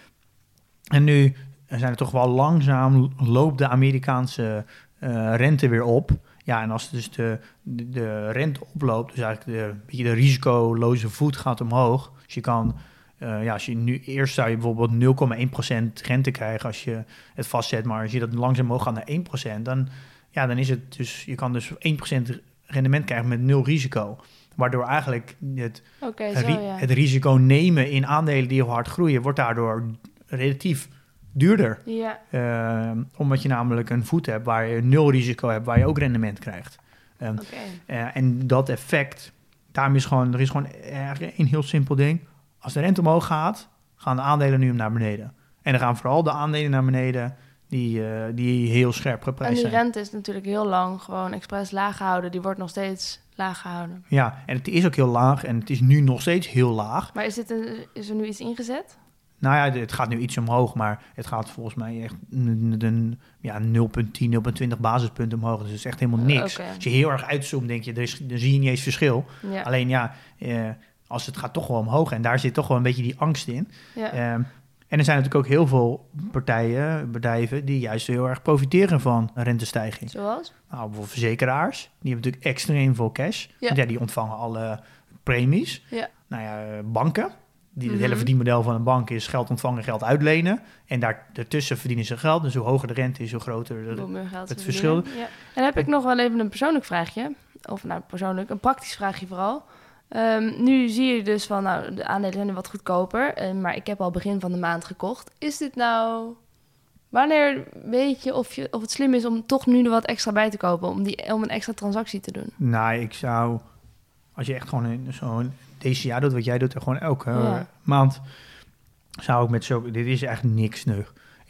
Speaker 3: En nu zijn er toch wel langzaam loopt de Amerikaanse uh, rente weer op. Ja, en als dus de, de, de rente oploopt, dus eigenlijk de, een beetje de risicoloze voet gaat omhoog. Dus je kan... Uh, ja, als je nu eerst zou je bijvoorbeeld nul komma één procent rente krijgen als je het vastzet, maar als je dat langzaam omhoog gaat naar één procent, dan, ja, dan is het dus, je kan dus één procent rendement krijgen met nul risico. Waardoor eigenlijk het,
Speaker 2: okay, zo,
Speaker 3: ri-
Speaker 2: ja.
Speaker 3: het risico nemen in aandelen die heel hard groeien, wordt daardoor relatief duurder.
Speaker 2: Ja.
Speaker 3: Uh, omdat je namelijk een voet hebt waar je nul risico hebt, waar je ook rendement krijgt. Um,
Speaker 2: okay.
Speaker 3: uh, en dat effect, daarom is gewoon, er is gewoon eigenlijk een heel simpel ding. Als de rente omhoog gaat, gaan de aandelen nu naar beneden. En dan gaan vooral de aandelen naar beneden die, uh, die heel scherp geprijsd zijn.
Speaker 2: En die rente is natuurlijk heel lang gewoon expres laag gehouden. Die wordt nog steeds laag gehouden.
Speaker 3: Ja, en het is ook heel laag en het is nu nog steeds heel laag.
Speaker 2: Maar is, dit een, is er nu iets ingezet?
Speaker 3: Nou ja, het gaat nu iets omhoog, maar het gaat volgens mij echt een, een, ja, nul komma tien, nul komma twintig basispunten omhoog. Dus het is echt helemaal niks.
Speaker 2: Okay.
Speaker 3: Als je heel erg uitzoomt, denk je, er is, dan zie je niet eens verschil.
Speaker 2: Ja.
Speaker 3: Alleen ja... Uh, als het gaat toch wel omhoog en daar zit toch wel een beetje die angst in.
Speaker 2: Ja.
Speaker 3: Um, en er zijn natuurlijk ook heel veel partijen, bedrijven die juist heel erg profiteren van een rentestijging.
Speaker 2: Zoals?
Speaker 3: Nou, bijvoorbeeld verzekeraars, die hebben natuurlijk extreem veel cash.
Speaker 2: Ja.
Speaker 3: Want ja, die ontvangen alle premies.
Speaker 2: Ja.
Speaker 3: Nou ja, banken. Die, het
Speaker 2: mm-hmm.
Speaker 3: hele verdienmodel van een bank is geld ontvangen, geld uitlenen. En daar, daartussen verdienen ze geld. Dus hoe hoger de rente is, hoe groter de,
Speaker 2: geld
Speaker 3: het verschil.
Speaker 2: Ja. En dan heb ik nog wel even een persoonlijk vraagje. Of nou, persoonlijk, een praktisch vraagje vooral. Um, nu zie je dus van, nou, de aandelen zijn nu wat goedkoper. Uh, maar ik heb al begin van de maand gekocht. Is dit nou... Wanneer weet je of, je of het slim is om toch nu er wat extra bij te kopen? Om, die, om een extra transactie te doen?
Speaker 3: Nou, ik zou... Als je echt gewoon in zo'n deze jaar doet wat jij doet, gewoon elke
Speaker 2: ja.
Speaker 3: maand zou ik met zo... Dit is echt niks nu.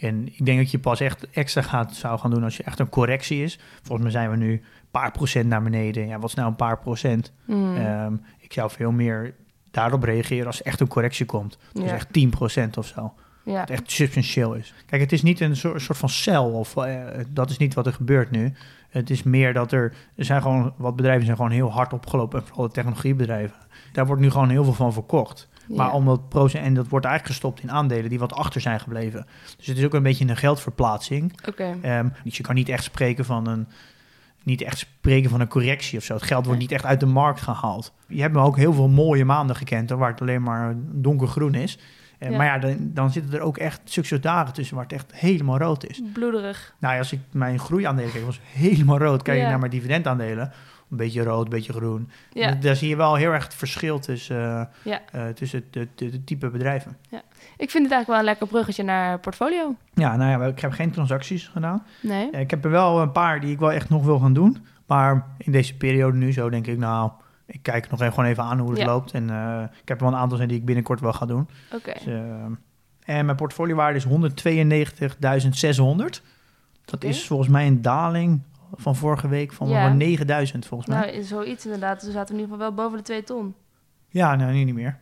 Speaker 3: En ik denk dat je pas echt extra gaat, zou gaan doen als je echt een correctie is. Volgens mij zijn we nu een paar procent naar beneden. Ja, wat is nou een paar procent? Mm. Um, ik zou veel meer daarop reageren als echt een correctie komt. Dus ja. echt tien procent of zo. Ja. Het echt substantieel is. Kijk, het is niet een soort, soort van cel. Of, uh, dat is niet wat er gebeurt nu. Het is meer dat er... Er zijn gewoon... Wat bedrijven zijn gewoon heel hard opgelopen. En vooral de technologiebedrijven. Daar wordt nu gewoon heel veel van verkocht. Ja. Maar omdat procent... En dat wordt eigenlijk gestopt in aandelen die wat achter zijn gebleven. Dus het is ook een beetje een geldverplaatsing.
Speaker 2: Okay.
Speaker 3: Um, dus je kan niet echt spreken van een... Niet echt spreken van een correctie of zo. Het geld wordt niet echt uit de markt gehaald. Je hebt me ook heel veel mooie maanden gekend... Waar het alleen maar donkergroen is... Ja. Maar ja, dan, dan zitten er ook echt zulke dagen tussen waar het echt helemaal rood is.
Speaker 2: Bloederig.
Speaker 3: Nou ja, als ik mijn groeiaandelen kijk, was helemaal rood. Kijk je ja. naar mijn dividendaandelen, een beetje rood, een beetje groen. Ja. Daar zie je wel heel erg het verschil tussen, uh, ja. uh, tussen de, de, de type bedrijven.
Speaker 2: Ja. Ik vind het eigenlijk wel een lekker bruggetje naar portfolio.
Speaker 3: Ja, nou ja, ik heb geen transacties gedaan.
Speaker 2: Nee.
Speaker 3: Ik heb er wel een paar die ik wel echt nog wil gaan doen. Maar in deze periode nu zo denk ik, nou... Ik kijk nog even, gewoon even aan hoe het ja. loopt. En uh, ik heb er wel een aantal zijn die ik binnenkort wel ga doen.
Speaker 2: Oké. Okay.
Speaker 3: Dus, uh, en mijn portfoliowaarde is honderdtweeënnegentigduizend zeshonderd. Dat okay. is volgens mij een daling van vorige week van ja. negenduizend volgens mij.
Speaker 2: Nou, zoiets inderdaad. Dus we zaten in ieder geval wel boven de twee ton.
Speaker 3: Ja, nou, nu niet meer.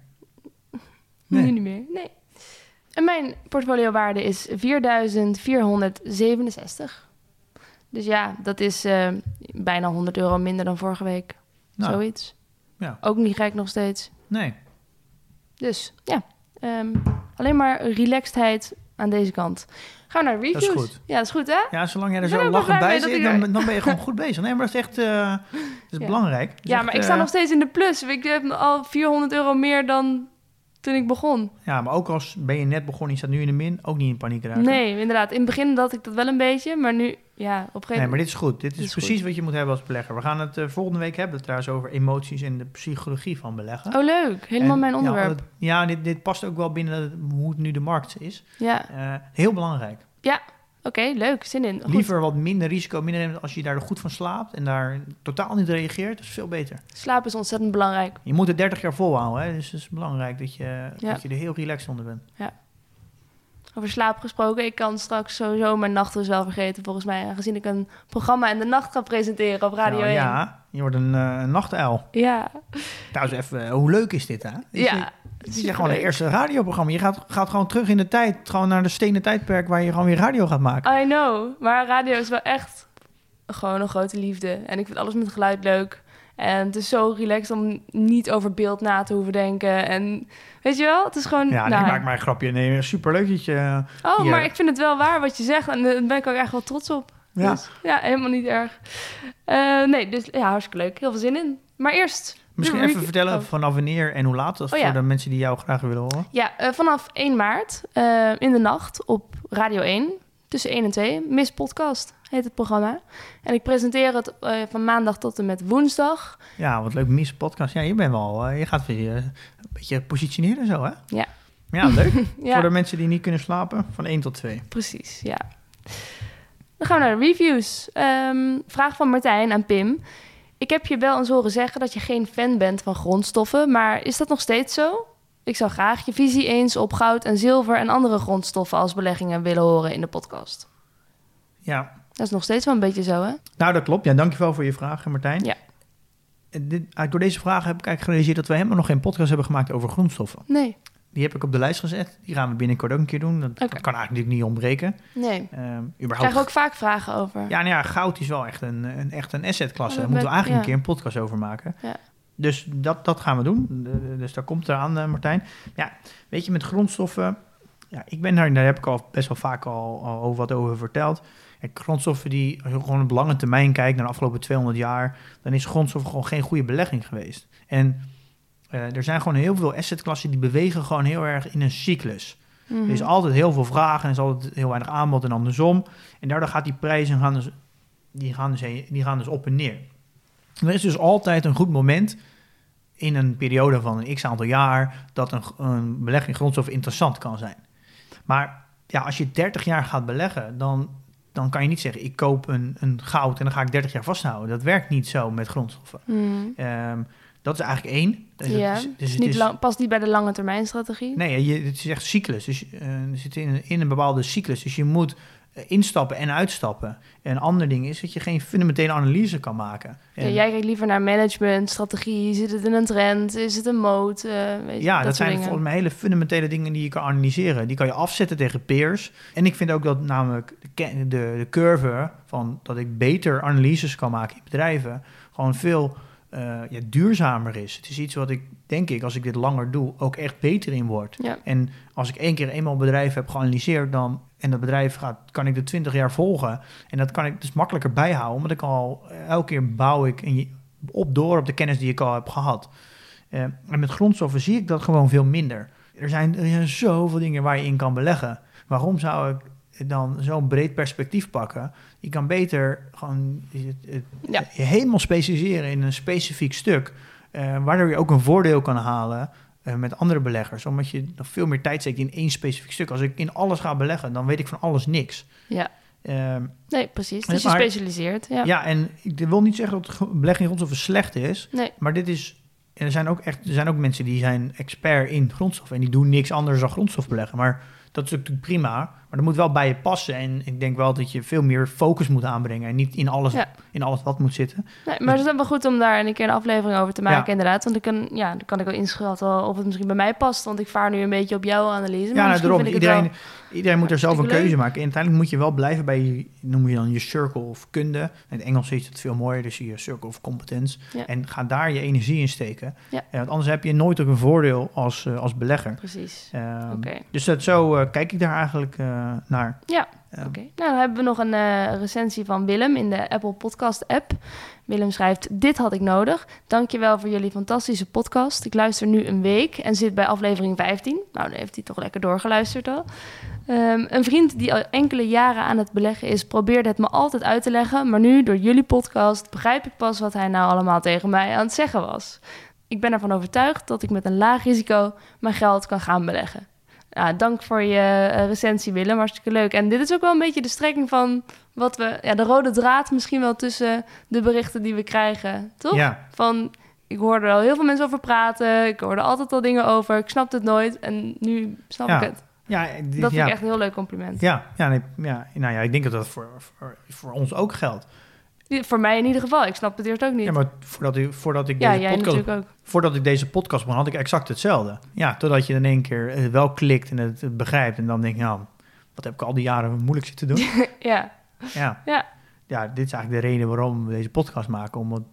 Speaker 2: Nee. Nu niet meer, nee. En mijn portfoliowaarde is vierduizend vierhonderdzevenenzestig. Dus ja, dat is uh, bijna honderd euro minder dan vorige week. Nou, zoiets.
Speaker 3: Ja.
Speaker 2: Ook niet gek nog steeds.
Speaker 3: Nee.
Speaker 2: Dus ja, um, alleen maar relaxedheid aan deze kant. Gaan we naar reviews.
Speaker 3: Dat is goed.
Speaker 2: Ja, dat is goed, hè?
Speaker 3: Ja, zolang jij er zo lachend bij zit, dan, dan ben je gewoon goed bezig. Nee, maar dat is echt uh, dat is ja. belangrijk. Dat is
Speaker 2: ja,
Speaker 3: echt,
Speaker 2: maar ik sta uh, nog steeds in de plus. Ik heb al vierhonderd euro meer dan toen ik begon.
Speaker 3: Ja, maar ook als ben je net begonnen, je staat nu in de min, ook niet in paniek raken.
Speaker 2: Nee, inderdaad. In het begin had ik dat wel een beetje, maar nu, ja, op een gegeven moment...
Speaker 3: Nee, maar dit is goed. Dit is, is precies
Speaker 2: goed.
Speaker 3: Wat je moet hebben als belegger. We gaan het uh, volgende week hebben trouwens over emoties en de psychologie van beleggen.
Speaker 2: Oh, leuk. Helemaal
Speaker 3: en,
Speaker 2: mijn onderwerp.
Speaker 3: Ja, het, ja dit, dit past ook wel binnen hoe het nu de markt is.
Speaker 2: Ja.
Speaker 3: Uh, heel belangrijk.
Speaker 2: Ja. Oké, okay, leuk. Zin in. Goed.
Speaker 3: Liever wat minder risico, minder nemen als je daar goed van slaapt en daar totaal niet reageert. Dat is veel beter.
Speaker 2: Slaap is ontzettend belangrijk.
Speaker 3: Je moet het dertig jaar volhouden, hè? Dus het is belangrijk dat je,
Speaker 2: ja.
Speaker 3: dat je er heel relaxed onder bent.
Speaker 2: Ja. Over slaap gesproken, ik kan straks sowieso mijn nachtrust wel vergeten, volgens mij. Aangezien ik een programma in de nacht ga presenteren op Radio
Speaker 3: nou,
Speaker 2: één.
Speaker 3: Ja, je wordt een, uh, een nachtuil.
Speaker 2: Ja.
Speaker 3: Trouwens, even, uh, hoe leuk is dit, hè? Is
Speaker 2: ja.
Speaker 3: Je, het is gewoon een eerste radioprogramma. Je gaat, gaat gewoon terug in de tijd, gewoon naar de stenen tijdperk waar je gewoon weer radio gaat maken.
Speaker 2: I know, maar radio is wel echt gewoon een grote liefde. En ik vind alles met geluid leuk. En het is zo relaxed om niet over beeld na te hoeven denken. En weet je wel, het is gewoon...
Speaker 3: Ja, nee, nou, maak maar een grapje. Nee, superleuk dat je...
Speaker 2: Oh,
Speaker 3: hier...
Speaker 2: maar ik vind het wel waar wat je zegt. En daar ben ik ook echt wel trots op.
Speaker 3: Ja,
Speaker 2: dus, ja helemaal niet erg. Uh, nee, dus ja, hartstikke leuk. Heel veel zin in. Maar eerst...
Speaker 3: Misschien even vertellen oh. vanaf wanneer en hoe laat. Dat is oh, voor ja. de mensen die jou graag willen horen.
Speaker 2: Ja, uh, vanaf één maart uh, in de nacht op Radio één. Tussen één en twee. Miss Podcast heet het programma. En ik presenteer het uh, van maandag tot en met woensdag.
Speaker 3: Ja, wat leuk. Miss Podcast. Ja, je bent wel... Uh, je gaat weer uh, een beetje positioneren zo, hè?
Speaker 2: Ja.
Speaker 3: Ja, leuk. ja. Voor de mensen die niet kunnen slapen. Van één tot twee.
Speaker 2: Precies, ja. Dan gaan we naar de reviews. Um, vraag van Martijn aan Pim. Ik heb je wel eens horen zeggen dat je geen fan bent van grondstoffen, maar is dat nog steeds zo? Ik zou graag je visie eens op goud en zilver en andere grondstoffen als beleggingen willen horen in de podcast.
Speaker 3: Ja.
Speaker 2: Dat is nog steeds wel een beetje zo, hè?
Speaker 3: Nou, dat klopt. Ja, dankjewel voor je vraag, Martijn.
Speaker 2: Ja.
Speaker 3: Dit, door deze vraag heb ik eigenlijk gerealiseerd dat we helemaal nog geen podcast hebben gemaakt over grondstoffen.
Speaker 2: Nee.
Speaker 3: Die heb ik op de lijst gezet. Die gaan we binnenkort ook een keer doen. Dat, okay. dat kan eigenlijk niet ontbreken.
Speaker 2: Nee.
Speaker 3: Um, überhaupt...
Speaker 2: Ik krijg ook vaak vragen over.
Speaker 3: Ja, nou ja, goud is wel echt een, een, echt een assetklasse. Daar oh, moeten we eigenlijk ja. een keer een podcast over maken.
Speaker 2: Ja.
Speaker 3: Dus dat, dat gaan we doen. De, dus daar komt eraan, uh, Martijn. Ja, weet je, met grondstoffen... Ja, ik ben daar, daar heb ik al best wel vaak al, al over wat over verteld. En grondstoffen die, als je gewoon op lange termijn kijkt... naar de afgelopen tweehonderd jaar... dan is grondstoffen gewoon geen goede belegging geweest. En... Uh, er zijn gewoon heel veel assetklassen die bewegen gewoon heel erg in een cyclus. Mm-hmm. Er is altijd heel veel vraag en er is altijd heel weinig aanbod en andersom. En daardoor gaat die prijzen gaan dus, die gaan dus, die gaan dus op en neer. En er is dus altijd een goed moment in een periode van een x-aantal jaar... dat een, een belegging in grondstoffen interessant kan zijn. Maar ja, als je dertig jaar gaat beleggen, dan, dan kan je niet zeggen... ik koop een, een goud en dan ga ik dertig jaar vasthouden. Dat werkt niet zo met grondstoffen.
Speaker 2: Mm.
Speaker 3: Um, Dat is eigenlijk één. Dus
Speaker 2: ja,
Speaker 3: het is, dus
Speaker 2: is
Speaker 3: het
Speaker 2: niet
Speaker 3: is,
Speaker 2: lang, past niet bij de lange termijn strategie.
Speaker 3: Nee, je, het is echt cyclus. Dus uh, je zit in een, in een bepaalde cyclus. Dus je moet uh, instappen en uitstappen. En een ander ding is dat je geen fundamentele analyse kan maken. En,
Speaker 2: ja, jij kijkt liever naar management, strategie. Zit het in een trend? Is het een mode? Uh, weet
Speaker 3: ja,
Speaker 2: dat,
Speaker 3: dat zijn
Speaker 2: dingen.
Speaker 3: volgens mij hele fundamentele dingen die je kan analyseren. Die kan je afzetten tegen peers. En ik vind ook dat namelijk de, de, de curve van dat ik beter analyses kan maken in bedrijven gewoon veel uh, ja, duurzamer is. Het is iets wat ik, denk ik, als ik dit langer doe, ook echt beter in word.
Speaker 2: Ja.
Speaker 3: En als ik één keer eenmaal een bedrijf heb geanalyseerd, dan en dat bedrijf gaat, kan ik de twintig jaar volgen. En dat kan ik dus makkelijker bijhouden, omdat ik al elke keer bouw ik en op door op de kennis die ik al heb gehad. Uh, en met grondstoffen zie ik dat gewoon veel minder. Er zijn, er zijn zoveel dingen waar je in kan beleggen. Waarom zou ik dan zo'n breed perspectief pakken? Je kan beter gewoon het, het, ja. je helemaal specialiseren in een specifiek stuk, uh, waardoor je ook een voordeel kan halen uh, met andere beleggers, omdat je nog veel meer tijd steekt in één specifiek stuk. Als ik in alles ga beleggen, dan weet ik van alles niks.
Speaker 2: Ja.
Speaker 3: Uh,
Speaker 2: nee, precies. Dus je maar, specialiseert. Ja.
Speaker 3: ja, en ik wil niet zeggen dat belegging in grondstoffen slecht is,
Speaker 2: nee.
Speaker 3: maar dit is. En er zijn ook echt, er zijn ook mensen die zijn expert in grondstoffen en die doen niks anders dan grondstof beleggen. Maar dat is natuurlijk prima, maar dat moet wel bij je passen. En ik denk wel dat je veel meer focus moet aanbrengen en niet in alles, ja. in alles wat moet zitten.
Speaker 2: Nee, maar het is wel goed om daar een keer een aflevering over te maken, ja. inderdaad. Want ik kan, ja, dan kan ik wel inschatten of het misschien bij mij past. Want ik vaar nu een beetje op jouw analyse.
Speaker 3: Ja, nou, daarom. Iedereen,
Speaker 2: wel,
Speaker 3: iedereen moet
Speaker 2: ja,
Speaker 3: er zelf een keuze
Speaker 2: leuk.
Speaker 3: maken. En uiteindelijk moet je wel blijven bij, je, noem je dan je circle of kunde. In het Engels is het veel mooier, dus je circle of competence. Ja. En ga daar je energie in steken. Ja. Ja, want anders heb je nooit ook een voordeel als, uh, als belegger.
Speaker 2: Precies.
Speaker 3: Um,
Speaker 2: okay.
Speaker 3: Dus dat zo uh, kijk ik daar eigenlijk uh, naar.
Speaker 2: Ja. Oké, okay. Nou dan hebben we nog een uh, recensie van Willem in de Apple Podcast app. Willem schrijft, dit had ik nodig. Dankjewel voor jullie fantastische podcast. Ik luister nu een week en zit bij aflevering vijftien. Nou, dan heeft hij toch lekker doorgeluisterd al. Um, een vriend die al enkele jaren aan het beleggen is, probeerde het me altijd uit te leggen. Maar nu, door jullie podcast, begrijp ik pas wat hij nou allemaal tegen mij aan het zeggen was. Ik ben ervan overtuigd dat ik met een laag risico mijn geld kan gaan beleggen. Ja, dank voor je uh, recensie, Willem. Hartstikke leuk. En dit is ook wel een beetje de strekking van wat we... Ja, de rode draad misschien wel tussen de berichten die we krijgen, toch?
Speaker 3: Ja.
Speaker 2: Van, ik hoorde er al heel veel mensen over praten. Ik hoorde altijd al dingen over. Ik snapte het nooit. En nu snap
Speaker 3: ja.
Speaker 2: ik het.
Speaker 3: Ja,
Speaker 2: die, dat vind
Speaker 3: ja.
Speaker 2: ik echt een heel leuk compliment.
Speaker 3: Ja, ja, nee, ja, nou ja, ik denk dat dat voor, voor, voor ons ook geldt.
Speaker 2: Voor mij in ieder geval. Ik snap het eerst ook niet.
Speaker 3: Ja, maar voordat ik, voordat ik
Speaker 2: ja,
Speaker 3: deze
Speaker 2: jij
Speaker 3: podcast,
Speaker 2: natuurlijk ook.
Speaker 3: Voordat ik deze podcast begon, had ik exact hetzelfde. Ja, totdat je in één keer het wel klikt en het, het begrijpt. En dan denk je, nou, wat heb ik al die jaren moeilijk zitten doen?
Speaker 2: ja.
Speaker 3: ja.
Speaker 2: Ja.
Speaker 3: Ja, dit is eigenlijk de reden waarom we deze podcast maken. Omdat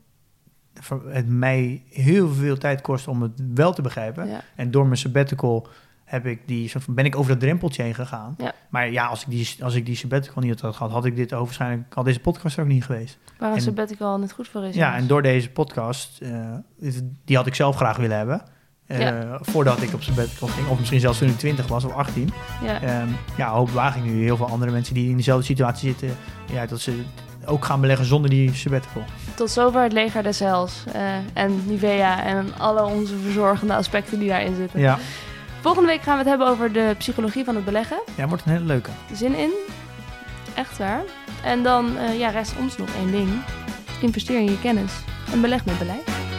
Speaker 3: het mij heel veel tijd kost om het wel te begrijpen. Ja. En door mijn sabbatical heb ik die, ben ik over dat drempeltje heen gegaan. Ja. Maar ja, als ik die, als ik die sabbatical niet had gehad, had ik dit waarschijnlijk, had deze podcast er ook niet geweest.
Speaker 2: Waar een
Speaker 3: en,
Speaker 2: sabbatical niet goed voor is.
Speaker 3: Ja,
Speaker 2: jongens.
Speaker 3: en door deze podcast, uh, die had ik zelf graag willen hebben. Uh, ja. Voordat ik op sabbatical ging. Of misschien zelfs toen ik twintig was of achttien. Ja, um, ja hoop wagen nu heel veel andere mensen die in dezelfde situatie zitten. Ja, dat ze ook gaan beleggen zonder die sabbatical.
Speaker 2: Tot zover het leger des hels. Uh, en Nivea en alle onze verzorgende aspecten die daarin zitten.
Speaker 3: Ja.
Speaker 2: Volgende week gaan we het hebben over de psychologie van het beleggen.
Speaker 3: Ja, wordt een hele leuke.
Speaker 2: Zin in. Echt waar. En dan uh, ja, rest ons nog één ding. Investeer in je kennis en beleg met beleid.